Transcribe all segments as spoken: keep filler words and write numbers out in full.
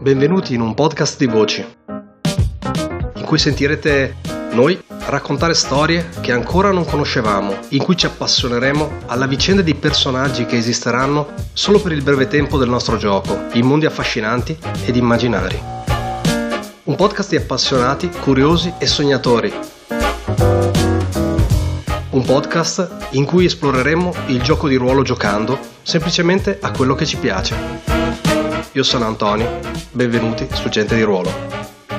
Benvenuti in un podcast di voci, in cui sentirete noi raccontare storie che ancora non conoscevamo, in cui ci appassioneremo alla vicenda di personaggi che esisteranno solo per il breve tempo del nostro gioco, in mondi affascinanti ed immaginari. Un podcast di appassionati, curiosi e sognatori. Un podcast in cui esploreremo il gioco di ruolo giocando semplicemente a quello che ci piace. Io sono Antonio, benvenuti su Gente di Ruolo.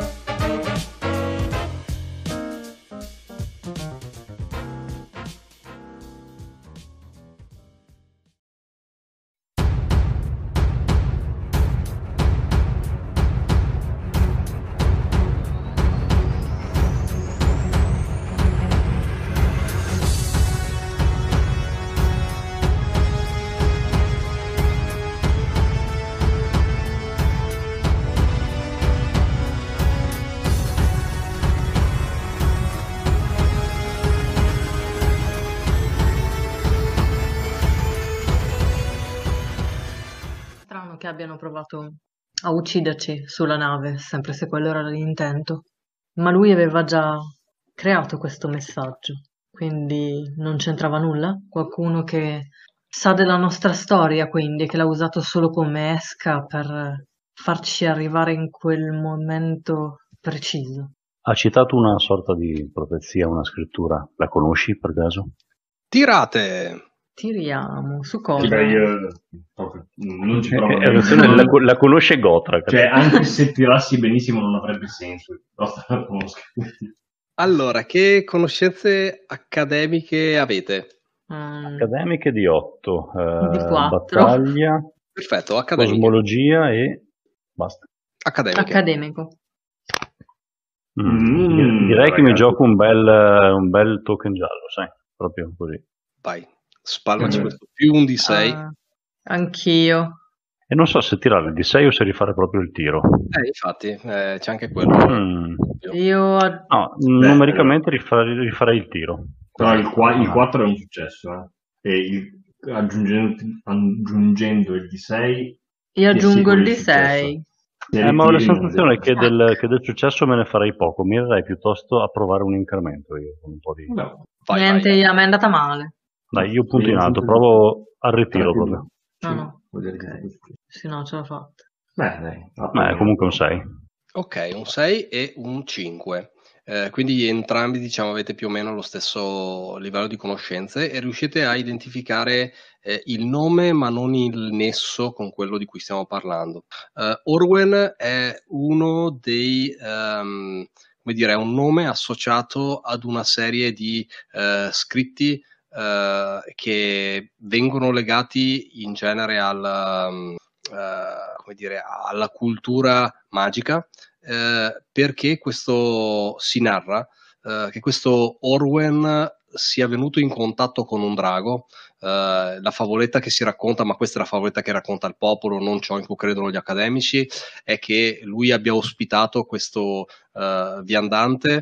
Che abbiano provato a ucciderci sulla nave, sempre se quello era l'intento. Ma lui aveva già creato questo messaggio, quindi non c'entrava nulla. Qualcuno che sa della nostra storia, quindi, che l'ha usato solo come esca per farci arrivare in quel momento preciso. Ha citato una sorta di profezia, una scrittura. La conosci per caso? Tirate! Tiriamo, su Sì, cosa? beh, io proprio non ci provo Eh, bene. attenzione, la, la conosce Gotra. Cioè, anche se tirassi benissimo non avrebbe senso, basta la conosco. Allora, che conoscenze accademiche avete? Mm, Accademiche di otto, eh, Di quattro. battaglia, Perfetto, accademiche. cosmologia e basta. Accademiche. accademico. Mm, Mm, direi che ragazzi. mi gioco un bel, un bel token giallo, sai, proprio così. Vai, spalmaci Mhm. questo. Più un di sei. Ah, anch'io. E non so se tirare il D sei o se rifare proprio il tiro. Eh, infatti, eh, c'è anche quello. Mm. Io No, numericamente rifarei, rifarei il tiro. Però il, qua- il quattro è un successo, eh. E il- aggiungendo, aggiungendo il D sei Io ti aggiungo assicuri il il successo. D sei. Se Eh, ma ho la ritiri non sensazione devi- che del, che del successo me ne farei poco. Mirerei piuttosto a provare un incremento io con un po' di... No. Vai, Niente, vai. a me è andata male. Dai, io punto Io in alto, punto- provo al ritiro proprio. No, no. Vuol dire Ok. che- Sì, no, ce l'ho fatta. Beh, dai. Beh, comunque un sei. Ok, un sei e un cinque. Eh, quindi entrambi, diciamo, avete più o meno lo stesso livello di conoscenze e riuscite a identificare eh, il nome ma non il nesso con quello di cui stiamo parlando. Eh, Orwen è uno dei, ehm, come dire, è un nome associato ad una serie di eh, scritti eh, che vengono legati in genere al, um, eh, come dire, alla cultura magica. Eh, perché questo si narra eh, che questo Orwen sia venuto in contatto con un drago. Eh, la favoletta che si racconta, ma questa è la favoletta che racconta il popolo, non ciò in cui credono gli accademici, è che lui abbia ospitato questo eh, viandante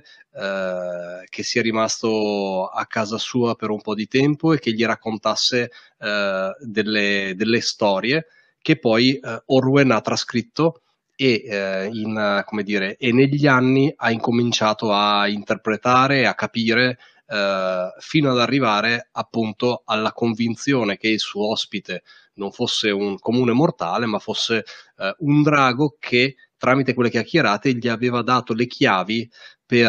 eh, che sia rimasto a casa sua per un po' di tempo e che gli raccontasse eh, delle, delle storie che poi eh, Orwen ha trascritto e, eh, in, come dire, e negli anni ha incominciato a interpretare e a capire eh, fino ad arrivare appunto alla convinzione che il suo ospite non fosse un comune mortale ma fosse eh, un drago che tramite quelle chiacchierate gli aveva dato le chiavi per,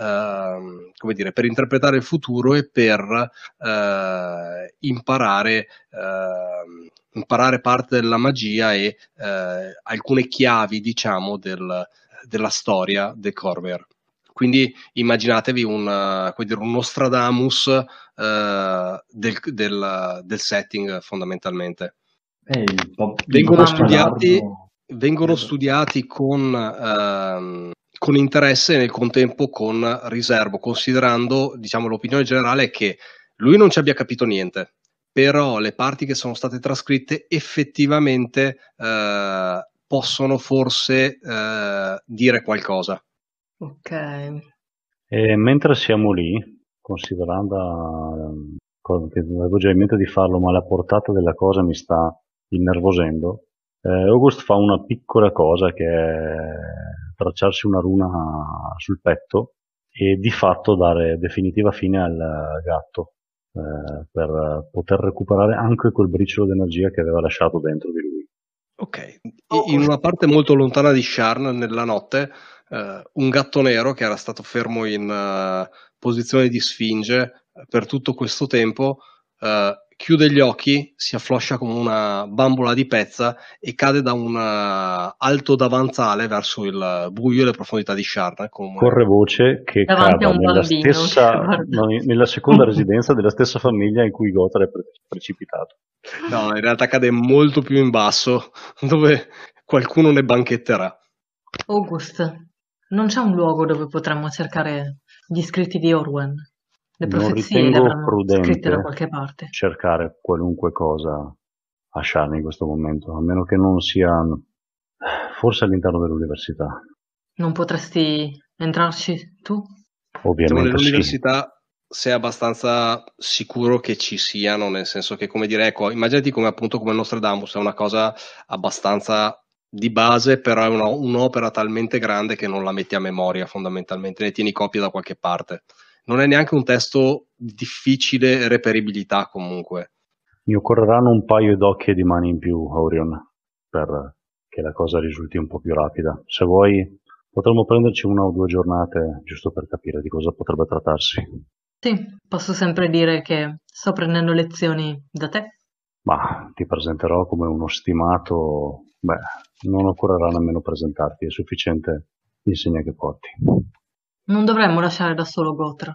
eh, come dire, per interpretare il futuro e per eh, imparare eh, imparare parte della magia e eh, alcune chiavi, diciamo, del, della storia del Corvair. Quindi immaginatevi un, uh, come dire, un Nostradamus uh, del, del, del setting fondamentalmente. Eh, il pop- Vengono il studiati, pop- vengono studiati con, uh, con interesse e nel contempo con riservo, considerando, diciamo, l'opinione generale è che lui non ci abbia capito niente, però le parti che sono state trascritte effettivamente eh, possono forse eh, dire qualcosa. Ok. E mentre siamo lì, considerando eh, che avevo già in mente di farlo, ma la portata della cosa mi sta innervosendo, Eh, August fa una piccola cosa che è tracciarsi una runa sul petto e di fatto dare definitiva fine al gatto, eh, per poter recuperare anche quel briciolo di energia che aveva lasciato dentro di lui. Ok, in una parte molto lontana di Sharn, nella notte, eh, un gatto nero che era stato fermo in eh, posizione di sfinge eh, per tutto questo tempo, eh, chiude gli occhi, si affloscia come una bambola di pezza e cade da un eh, alto davanzale verso il buio e le profondità di Sharn. Come... Corre voce che Davanti a cada un nella bambino stessa, che guarda. no, nella seconda residenza della stessa famiglia in cui Gothar è pre- precipitato. No, in realtà cade molto più in basso, dove qualcuno ne banchetterà. August, non c'è un luogo dove potremmo cercare gli scritti di Orwen? Le Non profezie le ritengo avranno scritte da prudente qualche parte. cercare qualunque cosa a Sharn in questo momento, a meno che non sia forse all'interno dell'università. Non potresti entrarci tu? Diciamo, Ovviamente sì. nell'università sei abbastanza sicuro che ci siano, nel senso che, come dire, ecco, immaginati come appunto come Nostradamus, è una cosa abbastanza di base, però è una, un'opera talmente grande che non la metti a memoria fondamentalmente, ne tieni copia da qualche parte. Non è neanche un testo di difficile reperibilità comunque. Mi occorreranno un paio d'occhi e di mani in più, Aurion, per che la cosa risulti un po' più rapida. Se vuoi, potremmo prenderci una o due giornate, giusto per capire di cosa potrebbe trattarsi. Sì, posso sempre dire che sto prendendo lezioni da te. Ma ti presenterò come uno stimato... Beh, non occorrerà nemmeno presentarti, è sufficiente l'insegna che porti. Non dovremmo lasciare da solo Gotra.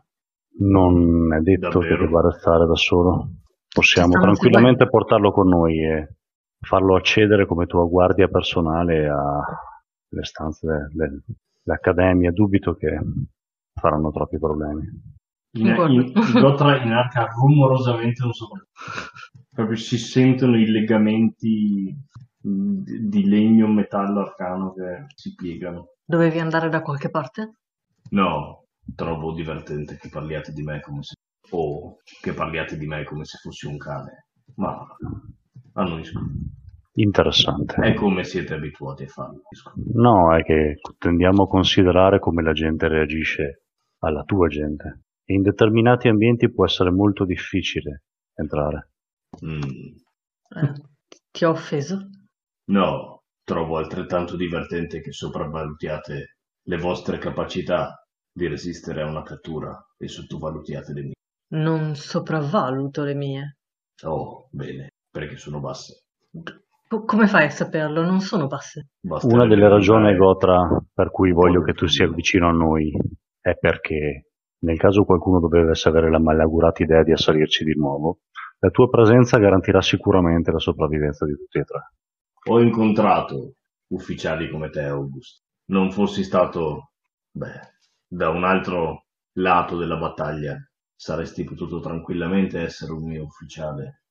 Non è detto Davvero? che debba restare da solo. Possiamo Ci stanno tranquillamente portarlo con noi e farlo accedere come tua guardia personale alle stanze dell'accademia. Dubito che faranno troppi problemi. In, in, Gotra inarca rumorosamente un soprattutto. Proprio si sentono i legamenti di, di legno, metallo arcano che si piegano. Dovevi andare da qualche parte? No, trovo divertente che parliate di me come se... o che parliate di me come se fossi un cane. Ma annuisco. Interessante. È come siete abituati a farlo. No, è che tendiamo a considerare come la gente reagisce alla tua gente. E in determinati ambienti può essere molto difficile entrare. Mm. Eh, ti ho offeso? No, trovo altrettanto divertente che sopravvalutiate le vostre capacità di resistere a una cattura e sottovalutiate le mie. Non sopravvaluto le mie. Oh, bene, perché sono basse. C- come fai a saperlo? Non sono basse. Basterebbe Una delle ragioni, guardare- Gotra, per cui voglio Poi che tu tu sia dillo. vicino a noi è perché, nel caso qualcuno dovesse avere la malaugurata idea di assalirci di nuovo, la tua presenza garantirà sicuramente la sopravvivenza di tutti e tre. Ho incontrato ufficiali come te, August. Non fossi stato, beh, da un altro lato della battaglia, saresti potuto tranquillamente essere un mio ufficiale.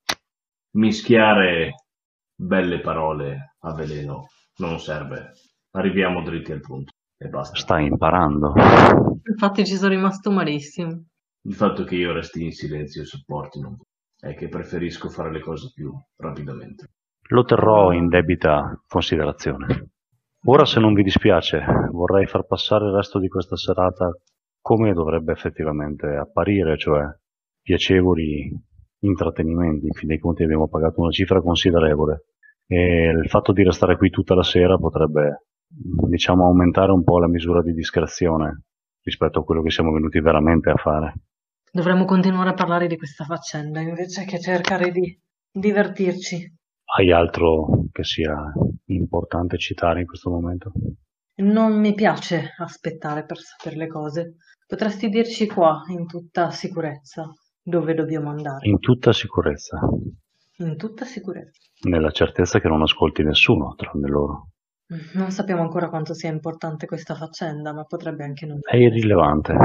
Mischiare belle parole a veleno non serve. Arriviamo dritti al punto e basta. Stai imparando. Infatti ci sono rimasto malissimo. Il fatto che io resti in silenzio e sopporti non è che preferisco fare le cose più rapidamente. Lo terrò in debita considerazione. Ora, se non vi dispiace, vorrei far passare il resto di questa serata come dovrebbe effettivamente apparire, cioè piacevoli intrattenimenti. In fin dei conti abbiamo pagato una cifra considerevole e il fatto di restare qui tutta la sera potrebbe, diciamo, aumentare un po' la misura di discrezione rispetto a quello che siamo venuti veramente a fare. Dovremmo continuare a parlare di questa faccenda invece che cercare di divertirci. Hai altro che sia importante citare in questo momento? Non mi piace aspettare per sapere le cose. Potresti dirci qua, in tutta sicurezza, dove dobbiamo andare. In tutta sicurezza, In tutta sicurezza. nella certezza che non ascolti nessuno tranne loro. Non sappiamo ancora quanto sia importante questa faccenda, ma potrebbe anche non È irrilevante.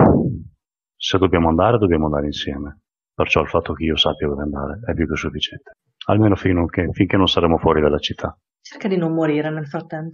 Se dobbiamo andare, dobbiamo andare insieme. Perciò il fatto che io sappia dove andare è più che sufficiente. Almeno fino che, finché non saremo fuori dalla città. Cerca di non morire nel frattempo.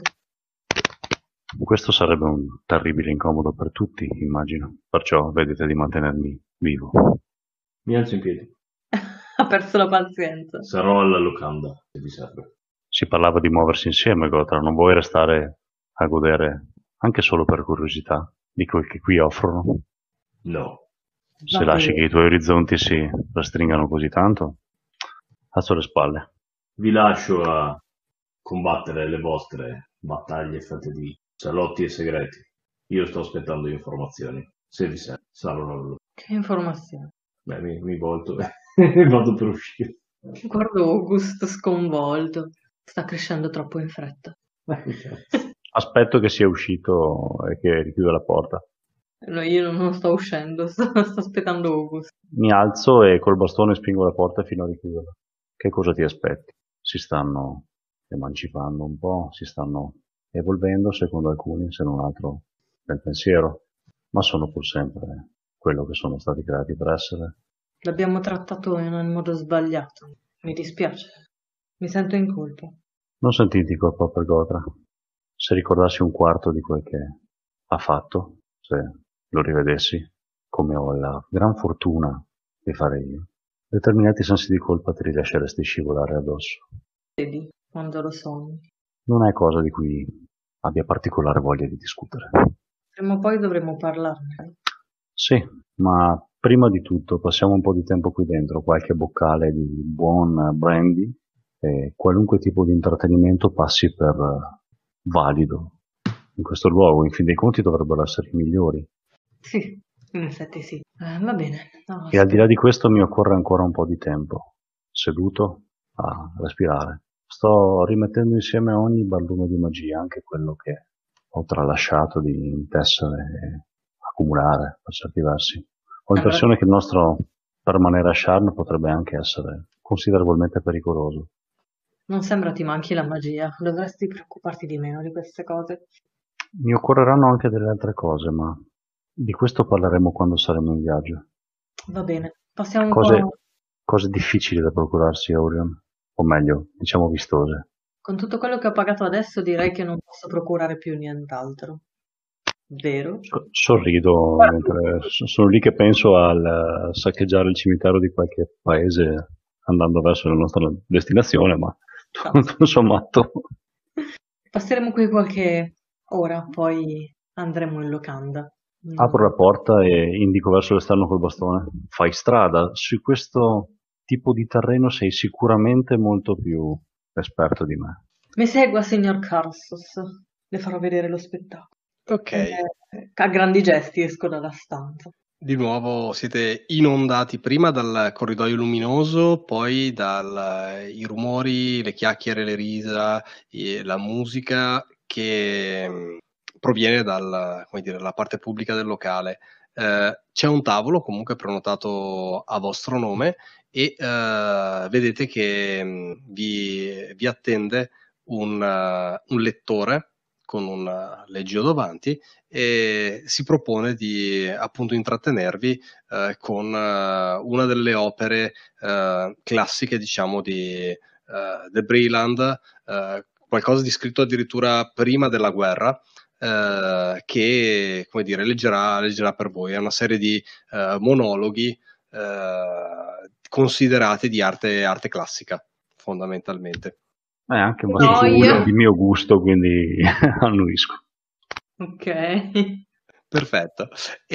Questo sarebbe un terribile incomodo per tutti, immagino. Perciò vedete di mantenermi vivo. Mi alzo in piedi. Ha perso la pazienza. Sarò alla locanda, se vi serve. Si Si parlava di muoversi insieme, Gotra, non vuoi restare a godere, anche solo per curiosità, di quel che qui offrono? No. Se Va lasci bene. che i tuoi orizzonti si restringano così tanto, alzo le spalle. Vi lascio a combattere le vostre battaglie fatte di salotti e segreti. Io sto aspettando informazioni. Se vi serve, sarò loro. Che informazione. Beh, mi, mi volto e vado per uscire. Guardo August sconvolto. Sta crescendo troppo in fretta. Aspetto che sia uscito e che richiuda la porta. No, io non sto uscendo, sto, sto aspettando August. Mi alzo e col bastone spingo la porta fino a richiuderla. Che cosa ti aspetti? Si stanno emancipando un po', si stanno evolvendo, secondo alcuni, se non altro nel pensiero, ma sono pur sempre quello che sono stati creati per essere. L'abbiamo trattato in un modo sbagliato. Mi dispiace. Mi sento in colpa. Non sentirti colpa per Gotra. Se ricordassi un quarto di quel che ha fatto, se lo rivedessi, come ho la gran fortuna di fare io, determinati sensi di colpa te li lasceresti scivolare addosso. Vedi, quando lo sogni. Non è cosa di cui abbia particolare voglia di discutere. Prima o poi dovremo parlarne. Sì, ma prima di tutto passiamo un po' di tempo qui dentro, qualche boccale di buon brandy e qualunque tipo di intrattenimento passi per valido. In questo luogo, in fin dei conti, dovrebbero essere i migliori. Sì, in effetti sì. Eh, va bene. No, E al di là di questo mi occorre ancora un po' di tempo, seduto a respirare. Sto rimettendo insieme ogni barlume di magia, anche quello che ho tralasciato di intessere e accumulare per certi versi. Ho l'impressione che il nostro permanere a Sharn potrebbe anche essere considerevolmente pericoloso. Non sembra ti manchi la magia. Dovresti preoccuparti di meno di queste cose. Mi occorreranno anche delle altre cose, ma di questo parleremo quando saremo in viaggio. Va bene. Passiamo un Cose, po'. cose difficili da procurarsi, Aurion. O meglio, diciamo vistose. Con tutto quello che ho pagato adesso direi che non posso procurare più nient'altro. Vero? Sorrido mentre sono lì che penso al saccheggiare il cimitero di qualche paese andando verso la nostra destinazione, ma tutto sommato. Passeremo qui qualche ora, poi andremo in locanda. Apro la porta e indico verso l'esterno col bastone. Fai strada. Su questo tipo di terreno sei sicuramente molto più esperto di me. Mi segua, signor Carsos. Le farò vedere lo spettacolo. Ok. Eh, a grandi gesti esco dalla stanza. Di nuovo siete inondati prima dal corridoio luminoso, poi dai rumori, le chiacchiere, le risa, e la musica che mh, proviene dal, come dire, dalla parte pubblica del locale. Eh, c'è un tavolo comunque prenotato a vostro nome e eh, vedete che mh, vi, vi attende un, uh, un lettore con un leggio davanti e si propone di appunto intrattenervi eh, con eh, una delle opere eh, classiche, diciamo, di eh, The Breland, eh, qualcosa di scritto addirittura prima della guerra, eh, che, come dire, leggerà, leggerà per voi. È una serie di eh, monologhi eh, considerati di arte, arte classica, fondamentalmente. È anche abbastanza di mio gusto, quindi annuisco. Ok. Perfetto.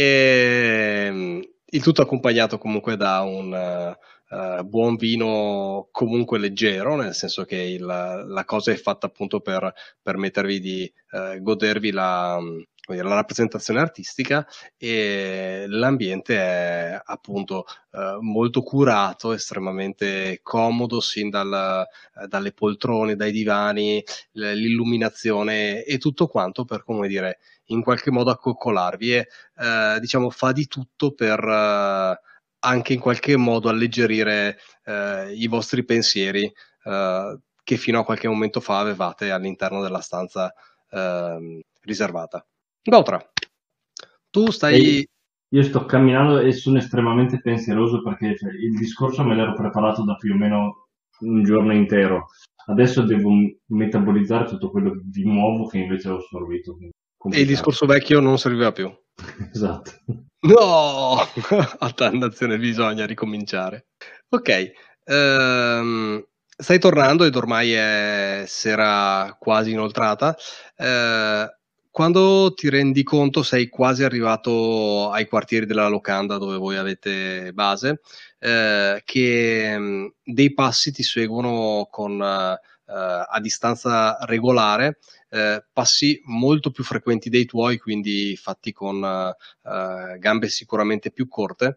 E, il tutto accompagnato comunque da un uh, buon vino comunque leggero, nel senso che il, la cosa è fatta appunto per permettervi di uh, godervi la, la rappresentazione artistica, e l'ambiente è appunto uh, molto curato, estremamente comodo, sin dal, uh, dalle poltrone, dai divani, l'illuminazione e tutto quanto per, come dire, in qualche modo accoccolarvi e eh, diciamo fa di tutto per eh, anche in qualche modo alleggerire eh, i vostri pensieri eh, che fino a qualche momento fa avevate all'interno della stanza eh, riservata. Gotra, tu stai... E io sto camminando e sono estremamente pensieroso perché cioè, il discorso me l'ero preparato da più o meno un giorno intero. Adesso devo metabolizzare tutto quello di nuovo che invece ho assorbito. E il discorso vecchio non serviva più. Esatto. No! A dannazione, bisogna ricominciare. Ok. Ehm, Stai tornando ed ormai è sera quasi inoltrata. Eh, quando ti rendi conto sei quasi arrivato ai quartieri della locanda dove voi avete base, eh, che mh, dei passi ti seguono con, eh, a distanza regolare, eh, passi molto più frequenti dei tuoi, quindi fatti con eh, gambe sicuramente più corte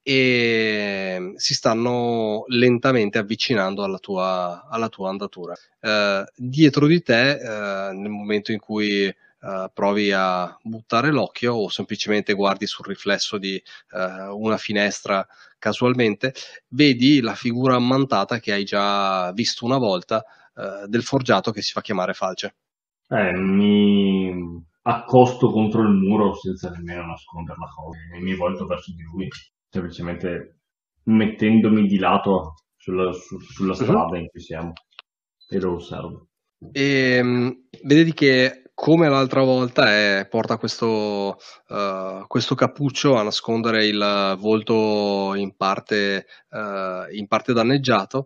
e si stanno lentamente avvicinando alla tua, alla tua andatura. Eh, dietro di te, eh, nel momento in cui eh, provi a buttare l'occhio o semplicemente guardi sul riflesso di eh, una finestra casualmente, vedi la figura ammantata che hai già visto una volta eh, del forgiato che si fa chiamare Falce. Eh, mi accosto contro il muro senza nemmeno nascondere la cosa e mi volto verso di lui, semplicemente mettendomi di lato sulla, su- sulla Mhm. strada in cui siamo e lo osservo. E mh, vedi che come l'altra volta è, porta questo, uh, questo cappuccio a nascondere il volto in parte, uh, in parte danneggiato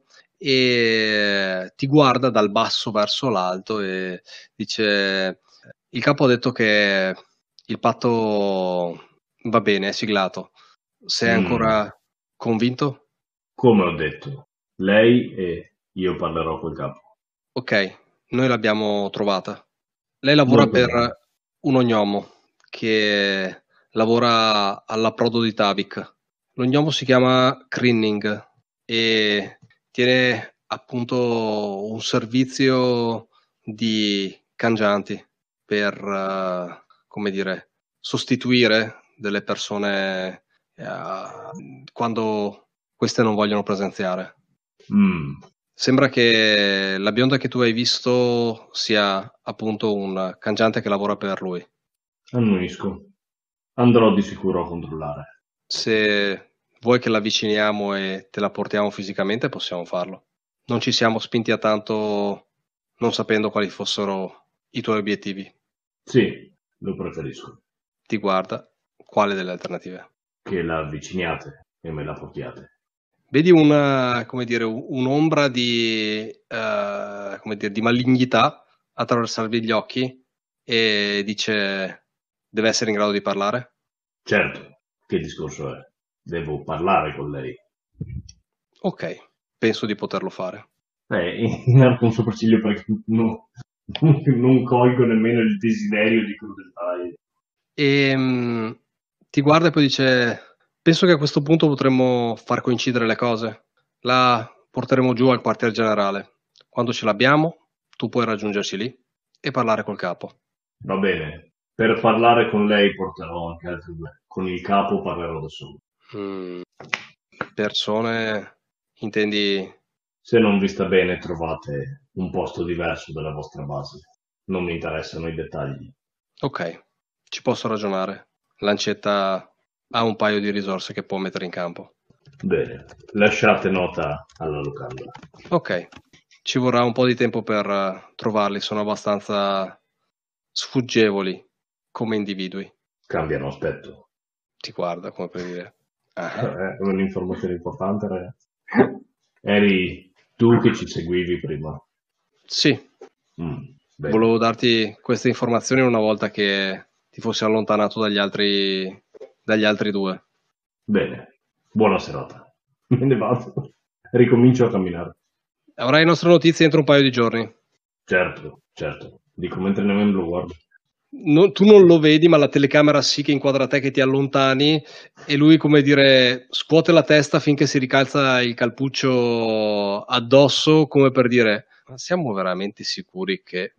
e ti guarda dal basso verso l'alto e dice: il capo ha detto che il patto va bene, è siglato. Sei Mm, ancora convinto? come ho detto, lei e io parlerò col capo. Ok, noi l'abbiamo trovata. Lei lavora Molto per bene. un ognomo che lavora all'approdo di Tavik. L'ognomo si chiama Crinning e tiene appunto un servizio di cangianti per, eh, come dire, sostituire delle persone eh, quando queste non vogliono presenziare. Mm, Sembra che la bionda che tu hai visto sia appunto un cangiante che lavora per lui. annuisco. Andrò di sicuro a controllare. Se vuoi che la avviciniamo e te la portiamo fisicamente, possiamo farlo. Non ci siamo spinti a tanto non sapendo quali fossero i tuoi obiettivi. Sì, lo preferisco. Ti guarda, quale delle alternative? Che la avviciniate e me la portiate. Vedi una, come dire, un'ombra di, eh, come dire, di malignità attraversarvi gli occhi e dice: deve essere in grado di parlare? Certo, che discorso è? Devo parlare con lei. Ok, penso di poterlo fare. Eh, inarco un sopracciglio perché no- non colgo nemmeno il desiderio di crudeltà. E mh, ti guarda e poi dice: penso che a questo punto potremmo far coincidere le cose. La porteremo giù al quartier generale. Quando ce l'abbiamo, tu puoi raggiungerci lì e parlare col capo. Va bene, per parlare con lei porterò anche altri due. Con il capo parlerò da solo. Mm, persone, intendi? Se non vi sta bene, trovate un posto diverso dalla vostra base. Non mi interessano i dettagli. Ok, ci posso ragionare. Lancetta ha un paio di risorse che può mettere in campo. Bene, lasciate nota alla locanda. Ok, ci vorrà un po' di tempo per eh, trovarli, sono abbastanza sfuggevoli come individui. Cambiano aspetto. Ti guarda come per dire: Eh, ah, È un'informazione importante, ragazzi. Eri tu che ci seguivi prima. sì, Mm, bene, volevo darti queste informazioni una volta che ti fossi allontanato dagli altri, dagli altri due. bene. Buona serata. Me ne vado. Ricomincio a camminare. Avrai nostre notizie entro un paio di giorni. Certo, certo. Dico mentre nemmeno lo guardo. No- tu non lo vedi, ma la telecamera sì che inquadra te che ti allontani e lui, come dire, scuote la testa finché si ricalza il calpuccio addosso, come per dire: ma siamo veramente sicuri che...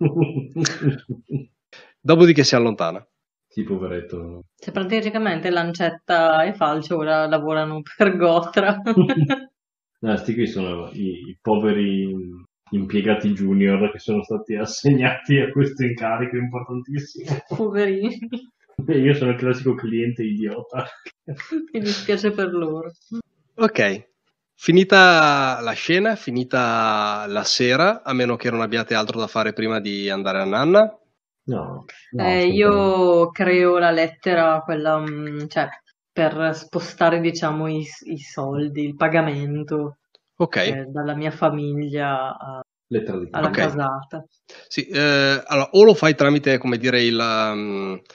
Dopodiché si allontana. Sì, poveretto. Cioè, praticamente Lancetta e Falce ora lavorano per Gotra. No, sti qui sono i, i poveri impiegati junior che sono stati assegnati a questo incarico importantissimo. Poverini. E io sono il classico cliente idiota. Mi dispiace per loro. Ok, finita la scena, finita la sera, a meno che non abbiate altro da fare prima di andare a Nanna. No, no, Eh, assolutamente. io creo la lettera, quella, mm, cioè, per spostare, diciamo, i, i soldi, il pagamento. Ok. eh, dalla mia famiglia a- Lettera di alla Ok. casata. Sì, eh, allora, o lo fai tramite, come dire, il, um, eh,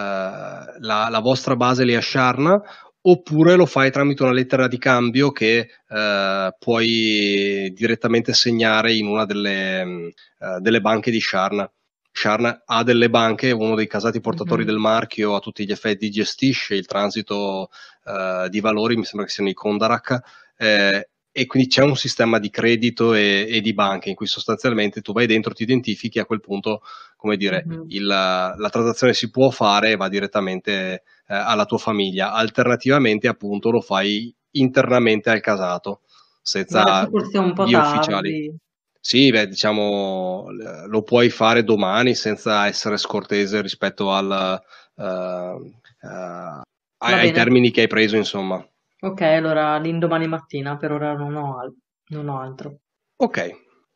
la, la vostra base lì a Sharna, oppure lo fai tramite una lettera di cambio che eh, puoi direttamente segnare in una delle, mm, eh, delle banche di Sharna. Sharna ha delle banche, uno dei casati portatori Mhm. del marchio a tutti gli effetti gestisce il transito eh, di valori, mi sembra che siano i Kondarak, eh, e quindi c'è un sistema di credito e, e di banche in cui sostanzialmente tu vai dentro, ti identifichi, a quel punto, come dire, Mhm. il, la transazione si può fare e va direttamente eh, alla tua famiglia. Alternativamente, appunto, lo fai internamente al casato, Ma senza adesso forse è un po' vie ufficiali. tardi. Sì, beh, diciamo, l- lo puoi fare domani senza essere scortese rispetto al, eh, eh, ai, Va ai bene. termini che hai preso, insomma. Ok, allora l'indomani mattina, per ora non ho, al- non ho altro. Ok,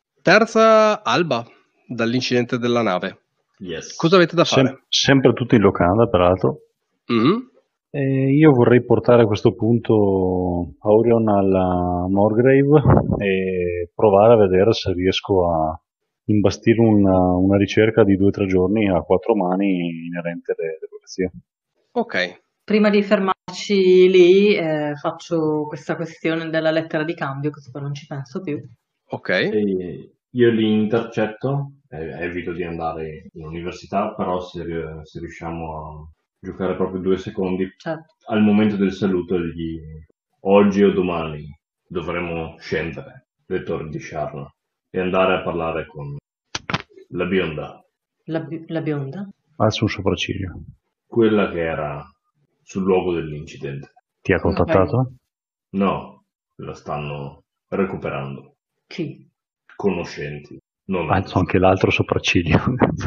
terza alba dall'incidente della nave. Yes. Cosa avete da Sem- fare? sempre tutto in locanda, peraltro. Mhm. E io vorrei portare a questo punto Aurion alla Morgrave e provare a vedere se riesco a imbastire una, una ricerca di due o tre giorni a quattro mani inerente alle alle profezie. Ok, Prima di fermarci lì, eh, faccio questa questione della lettera di cambio, così poi non ci penso più. ok, E io li intercetto, eh, evito di andare in università, però se, se riusciamo a giocare proprio due secondi, Certo. al momento del saluto gli oggi o domani dovremo scendere le torri di Sharna e andare a parlare con la bionda, La, bi- la bionda? Alzo un sopracciglio. quella che era sul luogo dell'incidente. Ti ha Come fai? contattato? No, la stanno recuperando. Chi? Conoscenti, non Alzo amici. anche l'altro sopracciglio.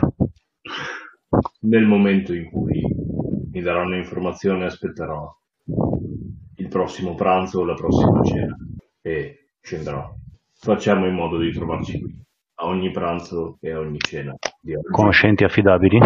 Nel momento in cui mi daranno informazioni aspetterò il prossimo pranzo o la prossima cena e scenderò. Facciamo in modo di trovarci qui, a ogni pranzo e a ogni cena di oggi. Conoscenti affidabili?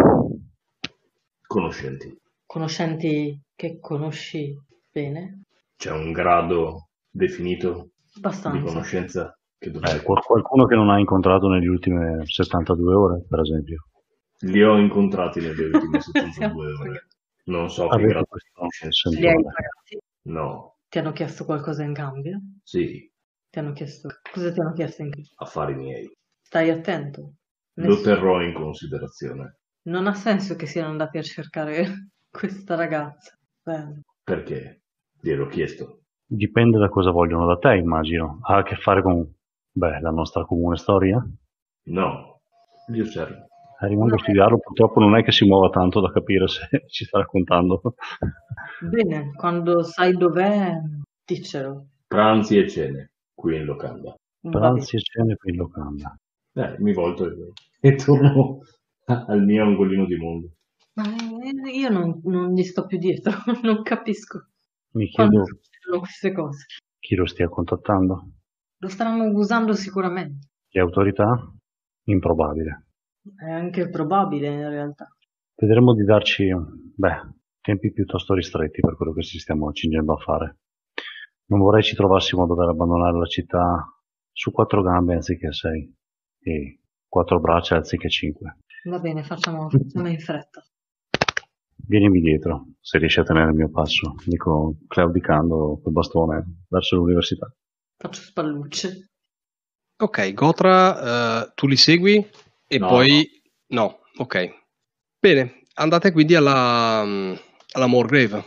Conoscenti. Conoscenti che conosci bene? C'è un grado definito di Abbastanza. conoscenza che Eh, dovrei... qual- qualcuno che non hai incontrato nelle ultime settantadue ore, per esempio. Li ho incontrati nelle ultime settantadue ore. Non so che Avete grado di questo conoscenza. Li hai sentore. pagati? No, Ti hanno chiesto qualcosa in cambio? sì, Ti hanno chiesto... Cosa ti hanno chiesto in cambio? affari miei. Stai attento. Lo Ness- terrò in considerazione. Non ha senso che siano andati a cercare questa ragazza. Beh, Perché? Gliel'ho chiesto. Dipende da cosa vogliono da te, immagino. Ha a che fare con, beh, la nostra comune storia? No, li osservo. Eh, rimango a studiarlo, purtroppo non è che si muova tanto da capire se ci sta raccontando. bene, quando sai dov'è, diccelo. Pranzi e cene, qui in locanda. Va bene. Pranzi e cene qui in locanda. Eh, mi volto e, e torno al mio angolino di mondo. Ma eh, io non, non gli sto più dietro, non capisco Mi quando chiedo succedono queste cose. chi lo stia contattando. Lo staranno usando sicuramente. Le autorità? Improbabile. È anche probabile in realtà. Vedremo di darci, beh, tempi piuttosto ristretti per quello che ci stiamo accingendo a fare. Non vorrei ci trovassimo a dover abbandonare la città su quattro gambe anziché sei e quattro braccia anziché cinque. Va bene, facciamo, facciamo in fretta. Vienimi dietro, se riesci a tenere il mio passo, dico claudicando col bastone verso l'università. Faccio spallucce. ok, Gotra, eh, tu li segui e No, poi... No. ok. Bene, andate quindi alla, mm, alla Morgrave.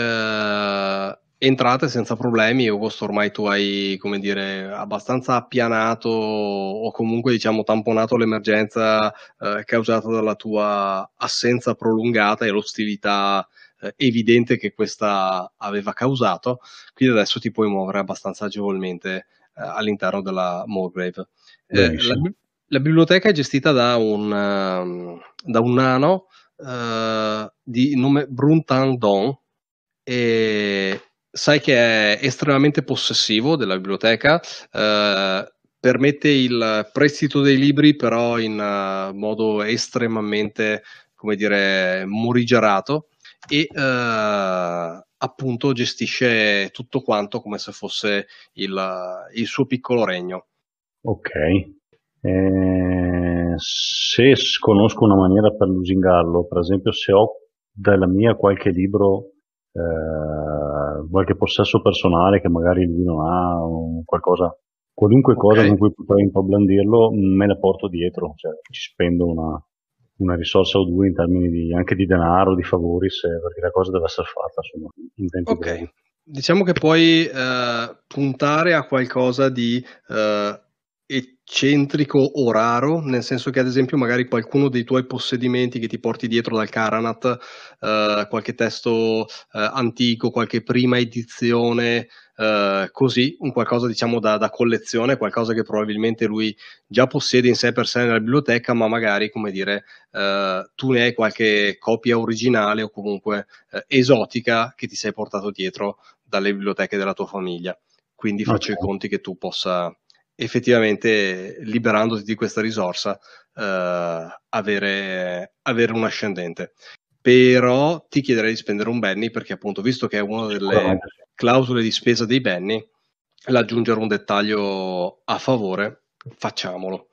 Eh, entrate senza problemi. Augusto, ormai tu hai, come dire, abbastanza appianato o comunque, diciamo, tamponato l'emergenza eh, causata dalla tua assenza prolungata e l'ostilità eh, evidente che questa aveva causato. Quindi adesso ti puoi muovere abbastanza agevolmente eh, all'interno della Morgrave. Eh, la, Benissimo. la biblioteca è gestita da un, um, da un nano uh, di nome Bruntan Don, e sai che è estremamente possessivo della biblioteca, uh, permette il prestito dei libri però in uh, modo estremamente, come dire, morigerato, e uh, appunto gestisce tutto quanto come se fosse il, il suo piccolo regno. Ok. Eh, se conosco una maniera per lusingarlo, per esempio se ho dalla mia qualche libro, eh, qualche possesso personale che magari lui non ha, o qualcosa, qualunque cosa Ok. con cui potrei imbrandirlo, me la porto dietro, cioè ci spendo una, una risorsa o due in termini di, anche di denaro, di favori, se, perché la cosa deve essere fatta, insomma, in tempi brevi. Ok, diciamo che puoi eh, puntare a qualcosa di eh, eccentrico o raro, nel senso che ad esempio magari qualcuno dei tuoi possedimenti che ti porti dietro dal Karanat, eh, qualche testo eh, antico, qualche prima edizione, eh, così, un qualcosa diciamo da, da collezione, qualcosa che probabilmente lui già possiede in sé per sé nella biblioteca, ma magari, come dire, eh, tu ne hai qualche copia originale o comunque eh, esotica che ti sei portato dietro dalle biblioteche della tua famiglia. Quindi faccio Ok. i conti che tu possa effettivamente, liberandoti di questa risorsa, eh, avere, avere un ascendente. Però ti chiederei di spendere un Benny perché appunto, visto che è una delle Sicuramente sì. clausole di spesa dei Benny, l'aggiungere un dettaglio a favore, facciamolo.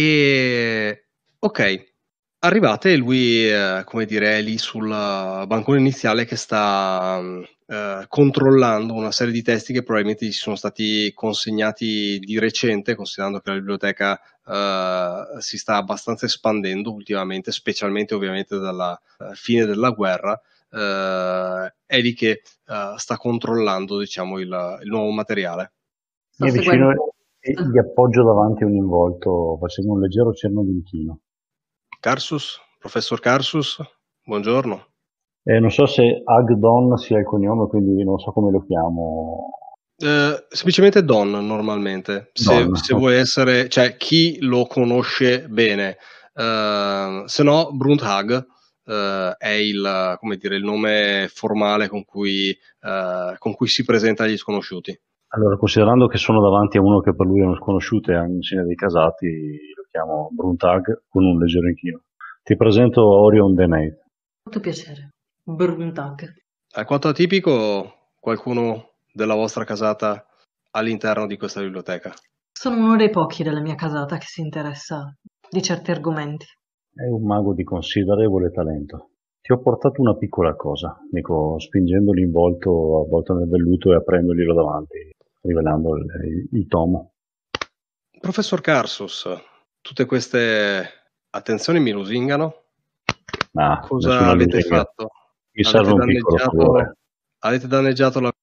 E ok, arrivate e lui, eh, come dire, è lì sul bancone iniziale che sta mm, eh, controllando una serie di testi che probabilmente gli sono stati consegnati di recente, considerando che la biblioteca eh, si sta abbastanza espandendo ultimamente, specialmente ovviamente dalla eh, fine della guerra. Eh, è lì che eh, sta controllando, diciamo, il, il nuovo materiale. Sto Mi avvicino seguendo. e gli appoggio davanti un involto facendo un leggero cenno di inchino. Carsus, professor Carsus, buongiorno. Eh, non so se Agdon sia il cognome, quindi non so come lo chiamo. Eh, semplicemente Don normalmente, se, Don. se vuoi essere, cioè chi lo conosce bene, eh, se no Brunthag eh, è il, come dire, il nome formale con cui, eh, con cui si presenta agli sconosciuti. Allora, considerando che sono davanti a uno che per lui è uno sconosciuto e anche in scena dei casati, lo chiamo Bruntag con un leggero inchino. Ti presento Orion Denate. Molto piacere. Bruntag. Alquanto atipico, qualcuno della vostra casata all'interno di questa biblioteca? Sono uno dei pochi della mia casata che si interessa di certi argomenti. È un mago di considerevole talento. Ti ho portato una piccola cosa, dico, spingendo l'involto avvolto nel velluto e aprendoglielo davanti, rivelando il, il, il tomo. Professor Carsus, tutte queste attenzioni mi lusingano. Ah, Cosa nessuna avete lusinga. fatto? Mi Avete serve un piccolo favore. danneggiato, avete danneggiato la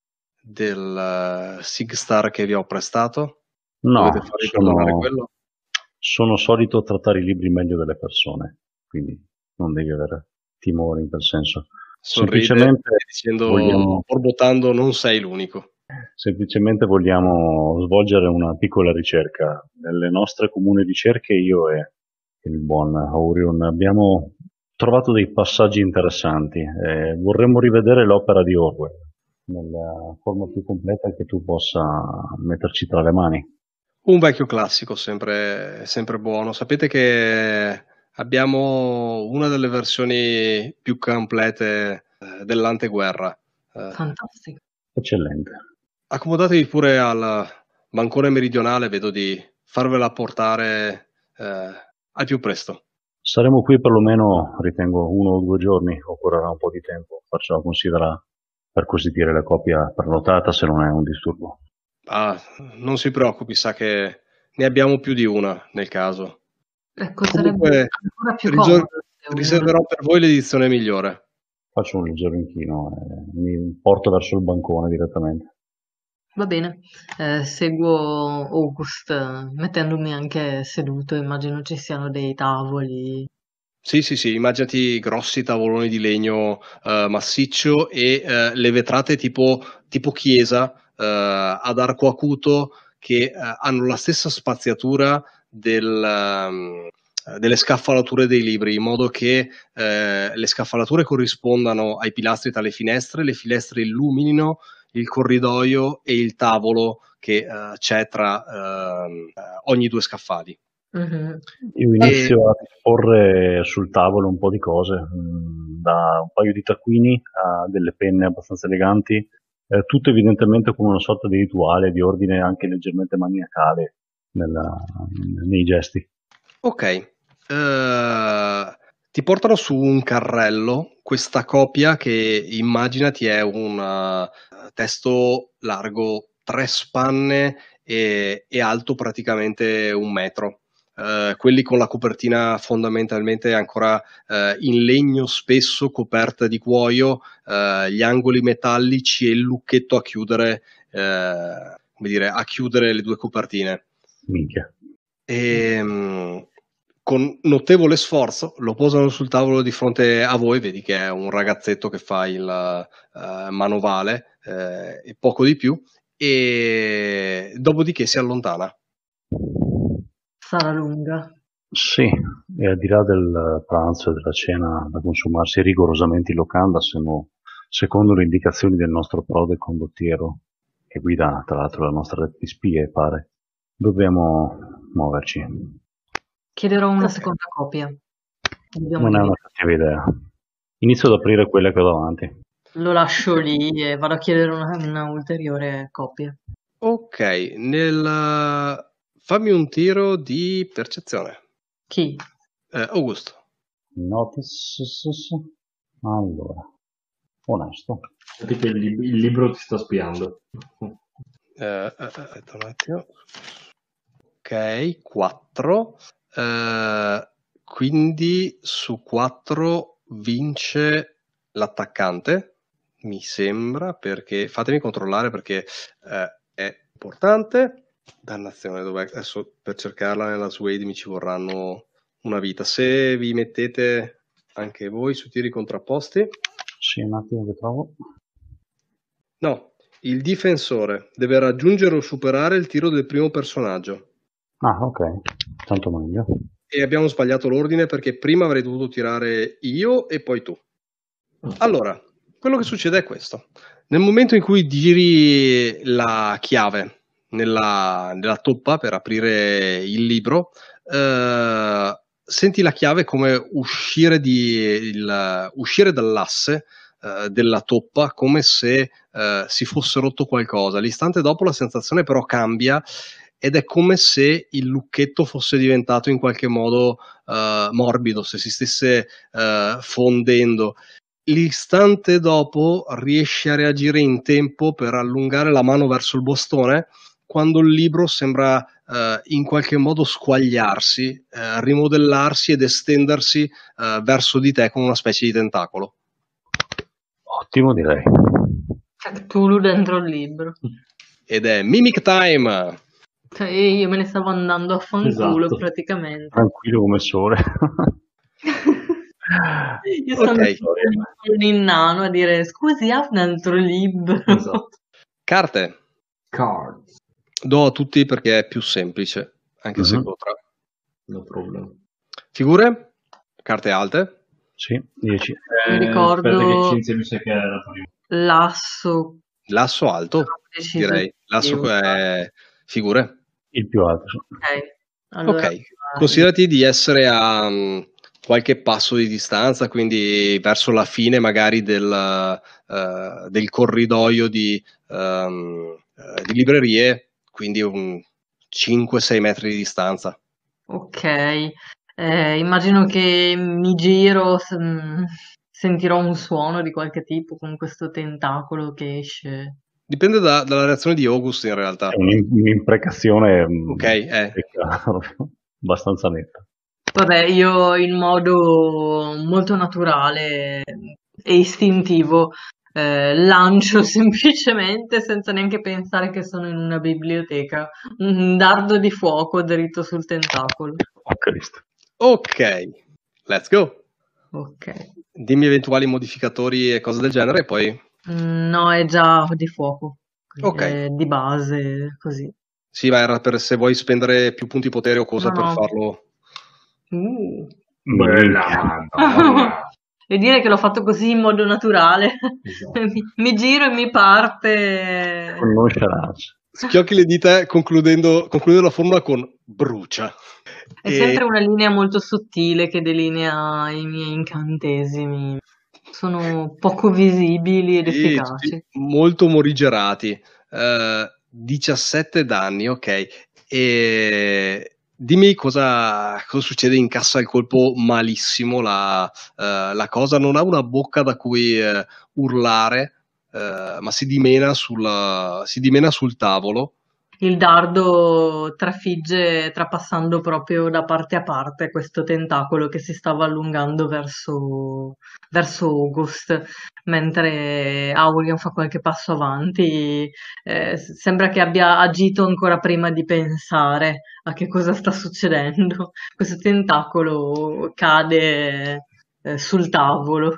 del uh, Sigstar che vi ho prestato? Dovete No, farvi perdonare sono, quello? sono solito trattare i libri meglio delle persone, quindi non devi avere timore in quel senso. Sorride Semplicemente dicendo, vogliamo, borbottando, non sei l'unico. semplicemente vogliamo svolgere una piccola ricerca. Nelle nostre comuni ricerche io e il buon Aurion abbiamo trovato dei passaggi interessanti. Eh, vorremmo rivedere l'opera di Orwell nella forma più completa che tu possa metterci tra le mani. Un vecchio classico, sempre, sempre buono. Sapete che abbiamo una delle versioni più complete eh, dell'anteguerra. Eh, Fantastico. Eccellente. accomodatevi pure al bancone meridionale, vedo di farvela portare eh, al più presto. Saremo qui perlomeno, ritengo, uno o due giorni, occorrerà un po' di tempo, perciò considera per così dire la copia prenotata se non è un disturbo. Ah, non si preoccupi, sa che ne abbiamo più di una nel caso. Ecco, sarebbe Comunque ancora più risor- comodo se ognuno... riserverò per voi l'edizione migliore. Faccio un leggero inchino e mi porto verso il bancone direttamente. Va bene, eh, seguo August eh, mettendomi anche seduto, immagino ci siano dei tavoli. Sì, sì, sì, immaginati grossi tavoloni di legno eh, massiccio e eh, le vetrate tipo, tipo chiesa eh, ad arco acuto che eh, hanno la stessa spaziatura del, ehm, delle scaffalature dei libri, in modo che eh, le scaffalature corrispondano ai pilastri tra le finestre, le finestre illuminino il corridoio e il tavolo che eh, c'è tra ehm, ogni due scaffali. Mhm. Io E inizio a disporre sul tavolo un po' di cose, mm, da un paio di taccuini a delle penne abbastanza eleganti, eh, tutto evidentemente come una sorta di rituale di ordine anche leggermente maniacale nella, nei gesti. Ok, eh, ti portano su un carrello questa copia che immaginati è un uh, testo largo tre spanne e, e alto praticamente un metro. Uh, quelli con la copertina fondamentalmente ancora uh, in legno spesso coperta di cuoio, uh, gli angoli metallici e il lucchetto a chiudere, uh, come dire, a chiudere le due copertine. Minchia. E, um, con notevole sforzo lo posano sul tavolo di fronte a voi, vedi che è un ragazzetto che fa il uh, manovale uh, e poco di più, e dopodiché si allontana. Sarà lunga. Sì, e al di là del pranzo e della cena da consumarsi rigorosamente in locanda, siamo, secondo le indicazioni del nostro prode condottiero, che guida tra l'altro la nostra rete di spie, pare, dobbiamo muoverci. Chiederò una Ok. seconda copia. Dobbiamo Non è una dividere. cattiva idea. Inizio ad aprire quelle che ho davanti. Lo lascio lì e vado a chiedere una, una ulteriore copia. Ok, nel... fammi un tiro di percezione. Chi? Eh, Augusto. Notice. Allora, onesto. Senti che il, lib- il libro ti sta spiando. Eh, eh, aspetta un attimo. Ok, quattro. Eh, quindi su quattro vince l'attaccante, mi sembra, perché fatemi controllare perché eh, è importante. Dannazione, dov'è? Adesso per cercarla nella Swade mi ci vorranno una vita. Se vi mettete anche voi su tiri contrapposti. Sì, un attimo che trovo. No, il difensore deve raggiungere o superare il tiro del primo personaggio. Ah, ok. Tanto meglio. E abbiamo sbagliato l'ordine perché prima avrei dovuto tirare io e poi tu. Allora, quello che succede è questo. Nel momento in cui giri la chiave nella, nella toppa per aprire il libro, eh, senti la chiave come uscire, di, il, uscire dall'asse eh, della toppa come se eh, si fosse rotto qualcosa. L'istante dopo la sensazione però cambia ed è come se il lucchetto fosse diventato in qualche modo uh, morbido, se si stesse uh, fondendo. L'istante dopo riesce a reagire in tempo per allungare la mano verso il bastone quando il libro sembra uh, in qualche modo squagliarsi, uh, rimodellarsi ed estendersi uh, verso di te con una specie di tentacolo. Ottimo, direi. Cthulhu dentro il libro. Ed è Mimic Time! Cioè, io me ne stavo andando a fanculo Esatto. praticamente. Tranquillo come il sole. Io sono Ok. un innano a dire scusi, ha un altro libro. Esatto. Carte. Cards. Do a tutti perché è più semplice, anche se Mhm. potrà. No problem. Figure? Carte alte? Sì, dieci. Mi ricordo- Aspetta che Cinzia mi sa che era la prima. L'asso. Lasso alto, Deciso direi. Lasso io. è figure. Il più alto. Ok. Allora, Ok, considerati di essere a um, qualche passo di distanza, quindi verso la fine magari del, uh, del corridoio di, um, uh, di librerie, quindi un cinque sei metri di distanza. Ok. Eh, immagino che mi giro, s- mm, sentirò un suono di qualche tipo con questo tentacolo che esce. Dipende da- dalla reazione di August in realtà. È un'im- un'imprecazione mm, Ok, eh. abbastanza netta. Vabbè, io in modo molto naturale e istintivo eh, lancio semplicemente, senza neanche pensare che sono in una biblioteca, un dardo di fuoco dritto sul tentacolo. Oh Cristo. Ok, let's go. Ok. Dimmi eventuali modificatori e cose del genere e poi... Mm, no, è già di fuoco. Ok. È di base, così. Sì, ma era per se vuoi spendere più punti potere o cosa No, per no. farlo. Uh. Bella madonna. E dire che l'ho fatto così in modo naturale. Esatto. mi, mi giro e mi parte. Con nonchalance. Schiocchi le dita concludendo, concludendo la formula con brucia. È E sempre una linea molto sottile che delinea i miei incantesimi. Sono poco visibili ed Sì, tutti efficaci. molto morigerati. Eh, diciassette danni, ok. E dimmi cosa, cosa succede, incassa il colpo malissimo la, eh, la cosa, non ha una bocca da cui eh, urlare, eh, ma si dimena, sulla, si dimena sul tavolo. Il dardo trafigge trapassando proprio da parte a parte questo tentacolo che si stava allungando verso, verso August, mentre Aurion fa qualche passo avanti. Eh, s- sembra che abbia agito ancora prima di pensare a che cosa sta succedendo. Questo tentacolo cade, eh, sul tavolo